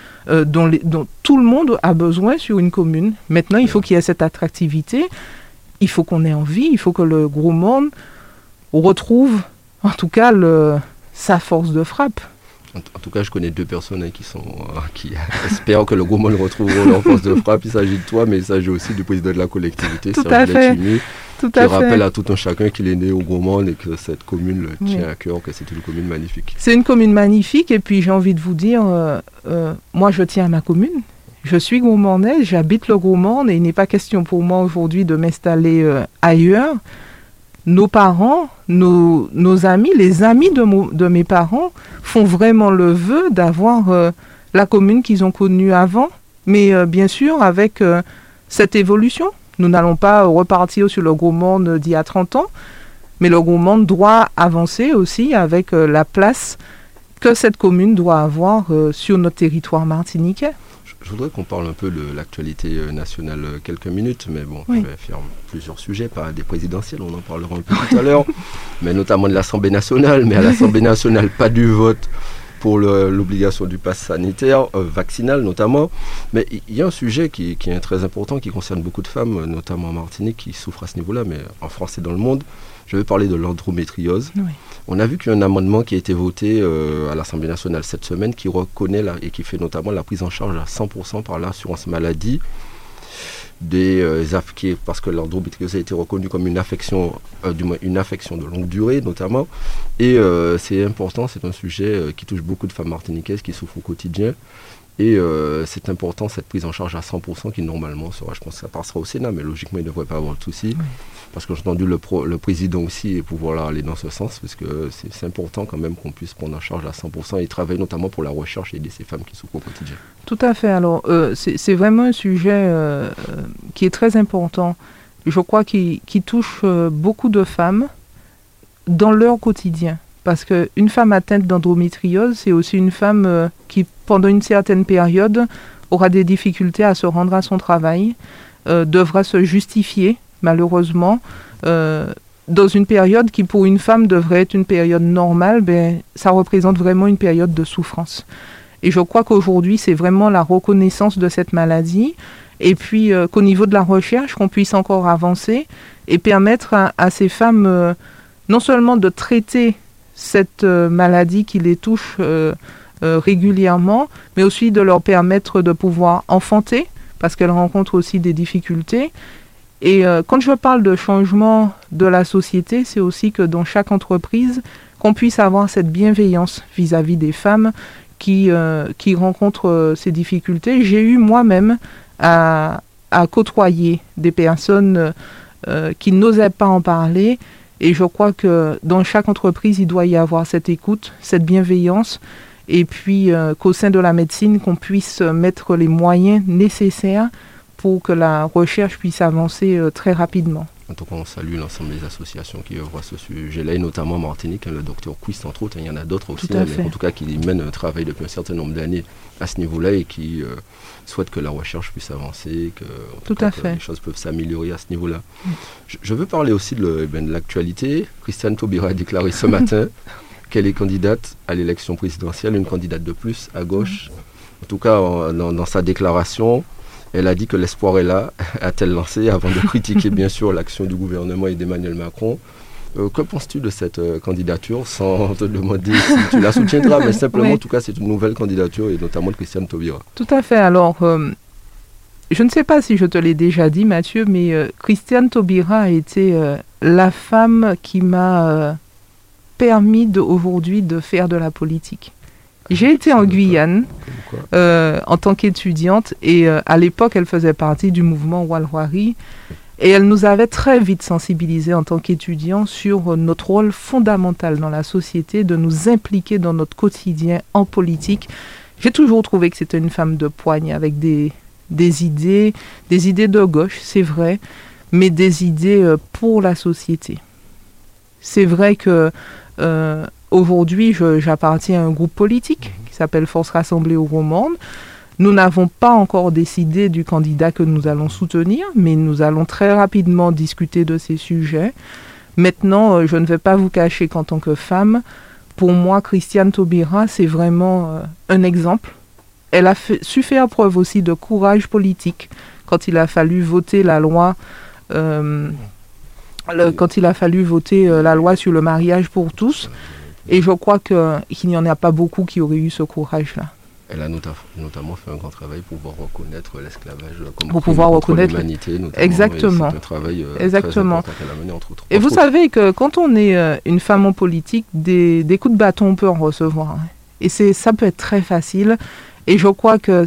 dont tout le monde a besoin sur une commune. Maintenant, il faut qu'il y ait cette attractivité. Il faut qu'on ait envie. Il faut que le Gaumont retrouve, en tout cas, sa force de frappe. En tout cas, je connais 2 personnes qui espèrent que le Gaumont retrouveront leur force de frappe. Il s'agit de toi, mais il s'agit aussi du président de la collectivité, Serge Letchimy, qui rappelle à tout un chacun qu'il est né au Gaumont et que cette commune le tient à cœur, que c'est une commune magnifique. C'est une commune magnifique, et puis j'ai envie de vous dire, moi je tiens à ma commune. Je suis Gaumontaise, j'habite le Gaumont, et il n'est pas question pour moi aujourd'hui de m'installer ailleurs. Nos parents, nos amis, les amis de mes parents font vraiment le vœu d'avoir la commune qu'ils ont connue avant, mais bien sûr avec cette évolution. Nous n'allons pas repartir sur le Gaumont d'il y a 30 ans, mais le Gaumont doit avancer aussi avec la place que cette commune doit avoir sur notre territoire martiniquais. Je voudrais qu'on parle un peu de l'actualité nationale quelques minutes, mais bon, je vais faire plusieurs sujets, pas des présidentielles, on en parlera un peu tout à l'heure, mais notamment de l'Assemblée nationale, mais à l'Assemblée nationale, pas du vote pour l'obligation du pass sanitaire, vaccinal notamment, mais il y a un sujet qui est très important, qui concerne beaucoup de femmes, notamment en Martinique, qui souffrent à ce niveau-là, mais en France et dans le monde. Je vais parler de l'endométriose. Oui. On a vu qu'il y a un amendement qui a été voté à l'Assemblée nationale cette semaine qui reconnaît et qui fait notamment la prise en charge à 100% par l'assurance maladie parce que l'endométriose a été reconnue comme une affection de longue durée notamment. Et c'est important, c'est un sujet qui touche beaucoup de femmes martiniquaises qui souffrent au quotidien. Et c'est important, cette prise en charge à 100% qui normalement sera, je pense que ça passera au Sénat, mais logiquement il ne devrait pas avoir de souci. Oui. Parce que j'ai entendu le président aussi pouvoir aller dans ce sens, parce que c'est important quand même qu'on puisse prendre en charge à 100% et travailler notamment pour la recherche et aider ces femmes qui souffrent au quotidien. Tout à fait. Alors, c'est vraiment un sujet qui est très important. Je crois qu'il touche beaucoup de femmes dans leur quotidien. Parce qu'une femme atteinte d'endométriose, c'est aussi une femme qui, pendant une certaine période, aura des difficultés à se rendre à son travail, devra se justifier, malheureusement, dans une période qui, pour une femme, devrait être une période normale, ça représente vraiment une période de souffrance. Et je crois qu'aujourd'hui, c'est vraiment la reconnaissance de cette maladie, et puis qu'au niveau de la recherche, qu'on puisse encore avancer et permettre à ces femmes non seulement de traiter cette maladie qui les touche régulièrement, mais aussi de leur permettre de pouvoir enfanter, parce qu'elles rencontrent aussi des difficultés. Et quand je parle de changement de la société, c'est aussi que dans chaque entreprise, qu'on puisse avoir cette bienveillance vis-à-vis des femmes qui rencontrent ces difficultés. J'ai eu moi-même à côtoyer des personnes qui n'osaient pas en parler. Et je crois que dans chaque entreprise, il doit y avoir cette écoute, cette bienveillance, et puis qu'au sein de la médecine, qu'on puisse mettre les moyens nécessaires pour que la recherche puisse avancer très rapidement. En tout cas, on salue l'ensemble des associations qui œuvrent à ce sujet-là, et notamment en Martinique, le docteur Quist, entre autres, il y en a d'autres aussi, mais en tout cas qui mènent un travail depuis un certain nombre d'années à ce niveau-là et qui souhaitent que la recherche puisse avancer, que les choses peuvent s'améliorer à ce niveau-là. Je veux parler aussi de l'actualité. Christiane Taubira a déclaré ce matin qu'elle est candidate à l'élection présidentielle, une candidate de plus à gauche. En tout cas, dans sa déclaration, Elle a dit que l'espoir est là, a-t-elle lancé, avant de critiquer bien sûr l'action du gouvernement et d'Emmanuel Macron. Que penses-tu de cette candidature, sans te demander si tu la soutiendras, mais simplement, en tout cas, c'est une nouvelle candidature, et notamment de Christiane Taubira. Tout à fait. Alors, je ne sais pas si je te l'ai déjà dit, Mathieu, mais Christiane Taubira a été la femme qui m'a permis aujourd'hui de faire de la politique. J'ai été en Guyane en tant qu'étudiante et à l'époque, elle faisait partie du mouvement Walwari et elle nous avait très vite sensibilisés en tant qu'étudiants sur notre rôle fondamental dans la société, de nous impliquer dans notre quotidien en politique. J'ai toujours trouvé que c'était une femme de poigne avec des idées de gauche, c'est vrai, mais des idées pour la société. C'est vrai que aujourd'hui, j'appartiens à un groupe politique qui s'appelle Force Rassemblée Euromande. Nous n'avons pas encore décidé du candidat que nous allons soutenir, mais nous allons très rapidement discuter de ces sujets. Maintenant, je ne vais pas vous cacher qu'en tant que femme, pour moi, Christiane Taubira, c'est vraiment un exemple. Elle a su faire preuve aussi de courage politique quand il a fallu voter la loi la loi sur le mariage pour tous. Et je crois qu'il n'y en a pas beaucoup qui auraient eu ce courage-là. Elle a notamment fait un grand travail pour pouvoir reconnaître l'esclavage comme pour pouvoir reconnaître l'humanité. Exactement. C'est un travail Exactement. très important qu'elle a mené, entre autres. Et vous savez que quand on est une femme en politique, des coups de bâton, on peut en recevoir. Hein. Et ça peut être très facile. Et je crois que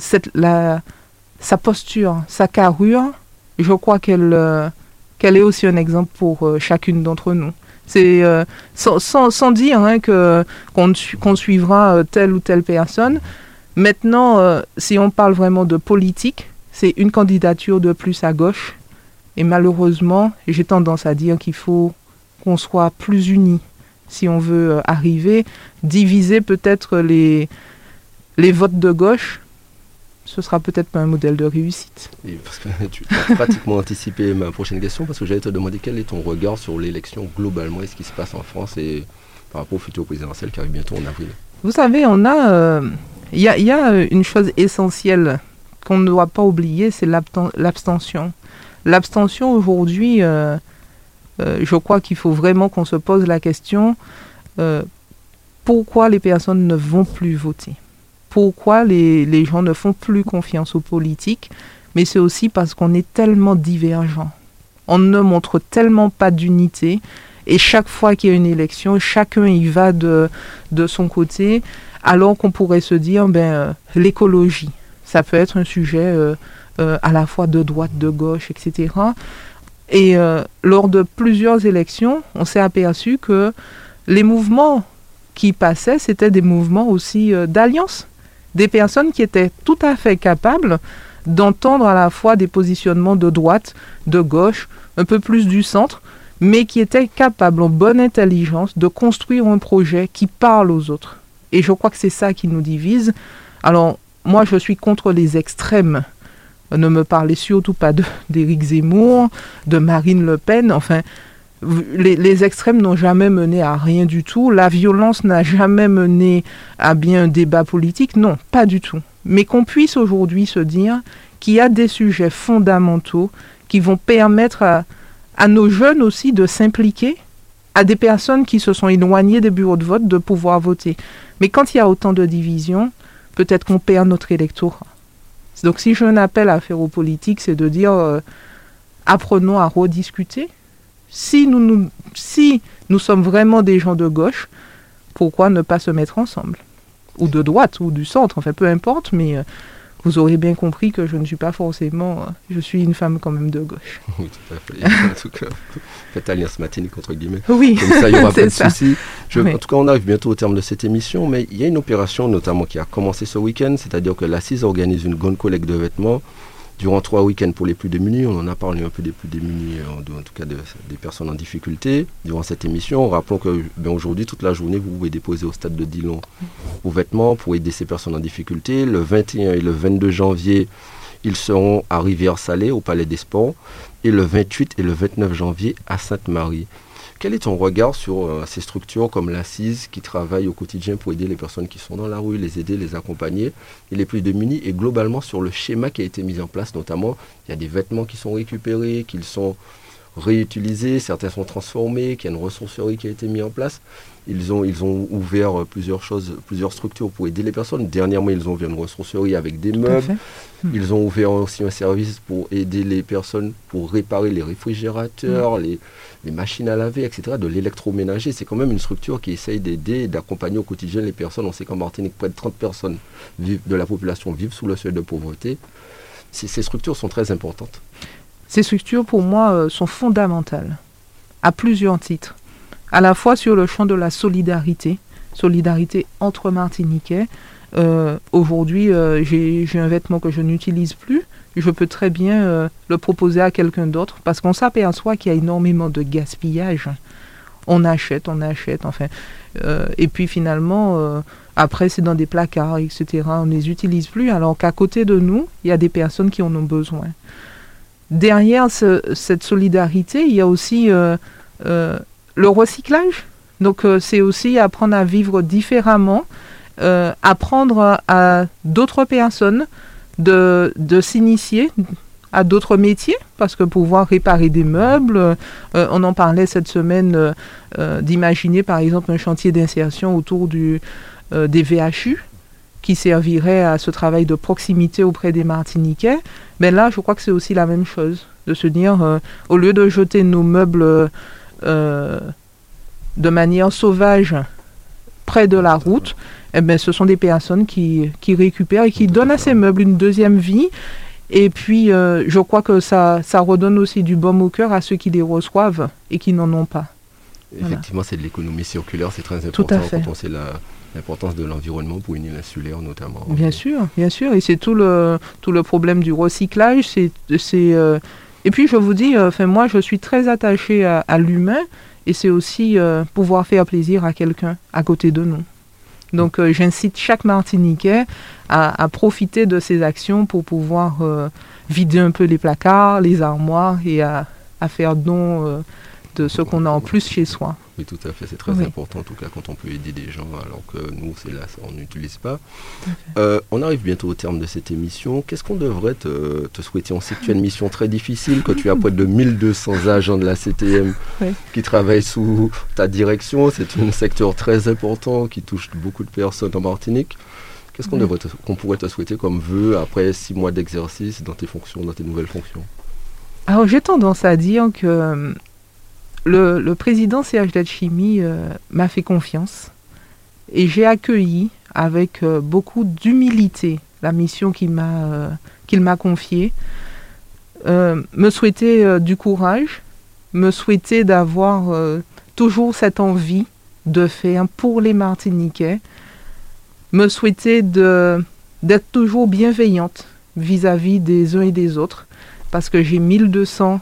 sa posture, sa carrure, je crois qu'elle est aussi un exemple pour chacune d'entre nous. C'est sans dire hein, qu'on suivra telle ou telle personne. Maintenant, si on parle vraiment de politique, c'est une candidature de plus à gauche. Et malheureusement, j'ai tendance à dire qu'il faut qu'on soit plus unis si on veut arriver. Diviser peut-être les votes de gauche, ce sera peut-être pas un modèle de réussite. Et parce que tu as pratiquement anticipé ma prochaine question, parce que j'allais te demander quel est ton regard sur l'élection globalement et ce qui se passe en France et par rapport au futur présidentiel qui arrive bientôt en avril. Vous savez, il y a une chose essentielle qu'on ne doit pas oublier, c'est l'abstention. L'abstention aujourd'hui, je crois qu'il faut vraiment qu'on se pose la question pourquoi les personnes ne vont plus voter ? Pourquoi les gens ne font plus confiance aux politiques, mais c'est aussi parce qu'on est tellement divergents. On ne montre tellement pas d'unité, et chaque fois qu'il y a une élection, chacun y va de son côté, alors qu'on pourrait se dire, l'écologie, ça peut être un sujet à la fois de droite, de gauche, etc. Et lors de plusieurs élections, on s'est aperçu que les mouvements qui passaient, c'était des mouvements aussi d'alliance. Des personnes qui étaient tout à fait capables d'entendre à la fois des positionnements de droite, de gauche, un peu plus du centre, mais qui étaient capables, en bonne intelligence, de construire un projet qui parle aux autres. Et je crois que c'est ça qui nous divise. Alors, moi, je suis contre les extrêmes. Ne me parlez surtout pas d'Éric Zemmour, de Marine Le Pen, enfin... Les extrêmes n'ont jamais mené à rien du tout. La violence n'a jamais mené à bien un débat politique. Non, pas du tout. Mais qu'on puisse aujourd'hui se dire qu'il y a des sujets fondamentaux qui vont permettre à nos jeunes aussi de s'impliquer, à des personnes qui se sont éloignées des bureaux de vote de pouvoir voter. Mais quand il y a autant de divisions, peut-être qu'on perd notre électorat. Donc si j'ai un appel à faire aux politiques, c'est de dire apprenons à rediscuter. Si nous sommes vraiment des gens de gauche, pourquoi ne pas se mettre ensemble ? Ou de droite, ou du centre, enfin peu importe, mais vous aurez bien compris que je ne suis pas forcément... je suis une femme quand même de gauche. Oui, tout à fait. En tout cas, faites alliance matinique, entre guillemets. Oui, comme ça, il n'y aura pas de souci. Oui. En tout cas, on arrive bientôt au terme de cette émission, mais il y a une opération notamment qui a commencé ce week-end, c'est-à-dire que l'Assise organise une grande collecte de vêtements durant 3 week-ends pour les plus démunis. On en a parlé un peu des plus démunis, en tout cas des personnes en difficulté durant cette émission. Rappelons que aujourd'hui, toute la journée, vous pouvez déposer au stade de Dillon vos vêtements pour aider ces personnes en difficulté. Le 21 et le 22 janvier, ils seront à Rivière-Salée, au Palais des Sports, et le 28 et le 29 janvier à Sainte-Marie. Quel est ton regard sur ces structures comme l'Assise qui travaillent au quotidien pour aider les personnes qui sont dans la rue, les aider, les accompagner et les plus démunis, et globalement sur le schéma qui a été mis en place, notamment il y a des vêtements qui sont récupérés, qu'ils sont réutilisés, certains sont transformés, qu'il y a une ressourcerie qui a été mise en place. Ils ont ouvert plusieurs structures pour aider les personnes. Dernièrement, ils ont ouvert une ressourcerie avec des meubles. Ils ont ouvert aussi un service pour aider les personnes pour réparer les réfrigérateurs, les machines à laver, etc., de l'électroménager. C'est quand même une structure qui essaye d'aider et d'accompagner au quotidien les personnes. On sait qu'en Martinique, près de 30 personnes de la population vivent sous le seuil de pauvreté. Ces structures sont très importantes. Ces structures, pour moi, sont fondamentales, à plusieurs titres. À la fois sur le champ de la solidarité entre Martiniquais. Aujourd'hui, j'ai un vêtement que je n'utilise plus. Je peux très bien le proposer à quelqu'un d'autre parce qu'on s'aperçoit qu'il y a énormément de gaspillage. On achète, enfin. Et puis finalement, après, c'est dans des placards, etc. On ne les utilise plus, alors qu'à côté de nous, il y a des personnes qui en ont besoin. Derrière cette solidarité, il y a aussi le recyclage. Donc, c'est aussi apprendre à vivre différemment, apprendre à d'autres personnes de s'initier à d'autres métiers, parce que pouvoir réparer des meubles, on en parlait cette semaine, d'imaginer par exemple un chantier d'insertion autour des VHU, qui servirait à ce travail de proximité auprès des Martiniquais. Mais là, je crois que c'est aussi la même chose, de se dire, au lieu de jeter nos meubles de manière sauvage près de la route, eh bien, ce sont des personnes qui récupèrent et qui donnent à ces meubles une deuxième vie. Et puis, je crois que ça redonne aussi du baume au cœur à ceux qui les reçoivent et qui n'en ont pas. Effectivement, c'est de l'économie circulaire, c'est très important quand on sait l'importance de l'environnement pour une île insulaire notamment. Bien sûr, et c'est tout le problème du recyclage. Et puis je vous dis, moi je suis très attachée à l'humain, et c'est aussi pouvoir faire plaisir à quelqu'un à côté de nous. Donc j'incite chaque Martiniquais à profiter de ces actions pour pouvoir vider un peu les placards, les armoires, et à faire don de ce qu'on a en plus chez soi. Oui, tout à fait. C'est très important, en tout cas, quand on peut aider des gens, alors que nous, on n'utilise pas. On arrive bientôt au terme de cette émission. Qu'est-ce qu'on devrait te souhaiter? On sait que tu as une mission très difficile, que tu as près de 1200 agents de la CTM qui travaillent sous ta direction. C'est un secteur très important qui touche beaucoup de personnes en Martinique. Qu'est-ce qu'on pourrait te souhaiter comme vœu après 6 mois d'exercice dans tes fonctions, dans tes nouvelles fonctions? Alors, j'ai tendance à dire que le président CH Chimie m'a fait confiance et j'ai accueilli avec beaucoup d'humilité la mission qu'il m'a confiée. Me souhaiter du courage, me souhaiter d'avoir toujours cette envie de faire pour les Martiniquais, me souhaiter d'être toujours bienveillante vis-à-vis des uns et des autres, parce que j'ai 1200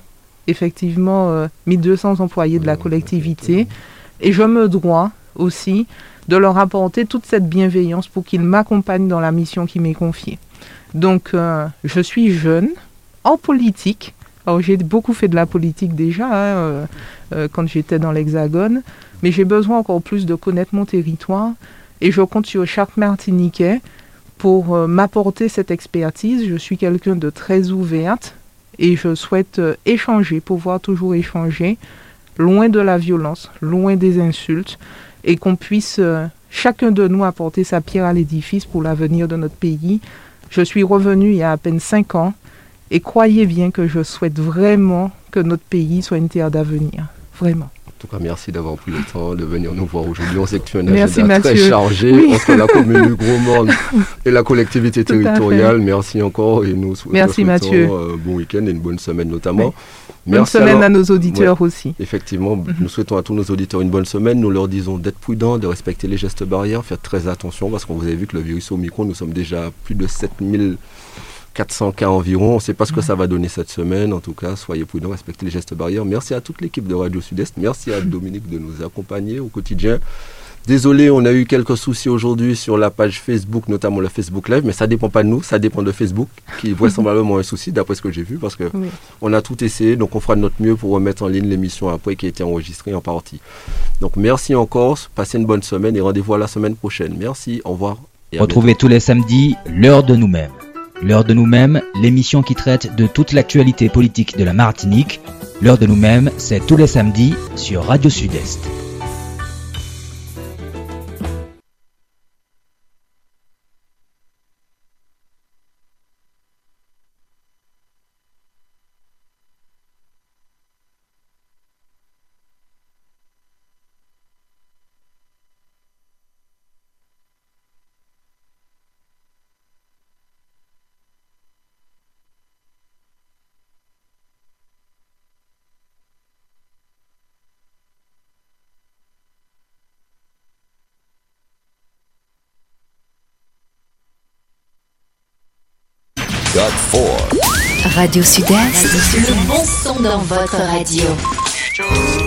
employés de la collectivité, et je me dois aussi de leur apporter toute cette bienveillance pour qu'ils m'accompagnent dans la mission qui m'est confiée. Donc, je suis jeune, en politique. Alors, j'ai beaucoup fait de la politique déjà, quand j'étais dans l'Hexagone, mais j'ai besoin encore plus de connaître mon territoire, et je compte sur chaque Martiniquais pour m'apporter cette expertise. Je suis quelqu'un de très ouverte, et je souhaite pouvoir toujours échanger, loin de la violence, loin des insultes, et qu'on puisse chacun de nous apporter sa pierre à l'édifice pour l'avenir de notre pays. Je suis revenue il y a à peine 5 ans, et croyez bien que je souhaite vraiment que notre pays soit une terre d'avenir. Vraiment. En tout cas, merci d'avoir pris le temps de venir nous voir aujourd'hui. On sait que tu as un agenda très chargé entre la commune du Gros Monde et la collectivité territoriale. Merci encore, et nous souhaitons un bon week-end et une bonne semaine notamment. Oui. Bonne semaine à nos auditeurs aussi. Effectivement, nous souhaitons à tous nos auditeurs une bonne semaine. Nous leur disons d'être prudents, de respecter les gestes barrières, faire très attention, parce qu'on vous avez vu que le virus Omicron, nous sommes déjà à plus de 7400 cas environ. On ne sait pas ce que ça va donner cette semaine. En tout cas, soyez prudents, respectez les gestes barrières. Merci à toute l'équipe de Radio Sud-Est. Merci à Dominique de nous accompagner au quotidien. Désolé, on a eu quelques soucis aujourd'hui sur la page Facebook, notamment le Facebook Live, mais ça ne dépend pas de nous, ça dépend de Facebook, qui est vraisemblablement un souci, d'après ce que j'ai vu, parce que on a tout essayé, donc on fera de notre mieux pour remettre en ligne l'émission après qui a été enregistrée en partie. Donc merci encore, passez une bonne semaine et rendez-vous à la semaine prochaine. Merci, au revoir. Retrouvez tous les samedis l'heure de nous-mêmes. L'heure de nous-mêmes, l'émission qui traite de toute l'actualité politique de la Martinique. L'heure de nous-mêmes, c'est tous les samedis sur Radio Sud-Est. Radio Sud-Est, le bon son dans votre radio.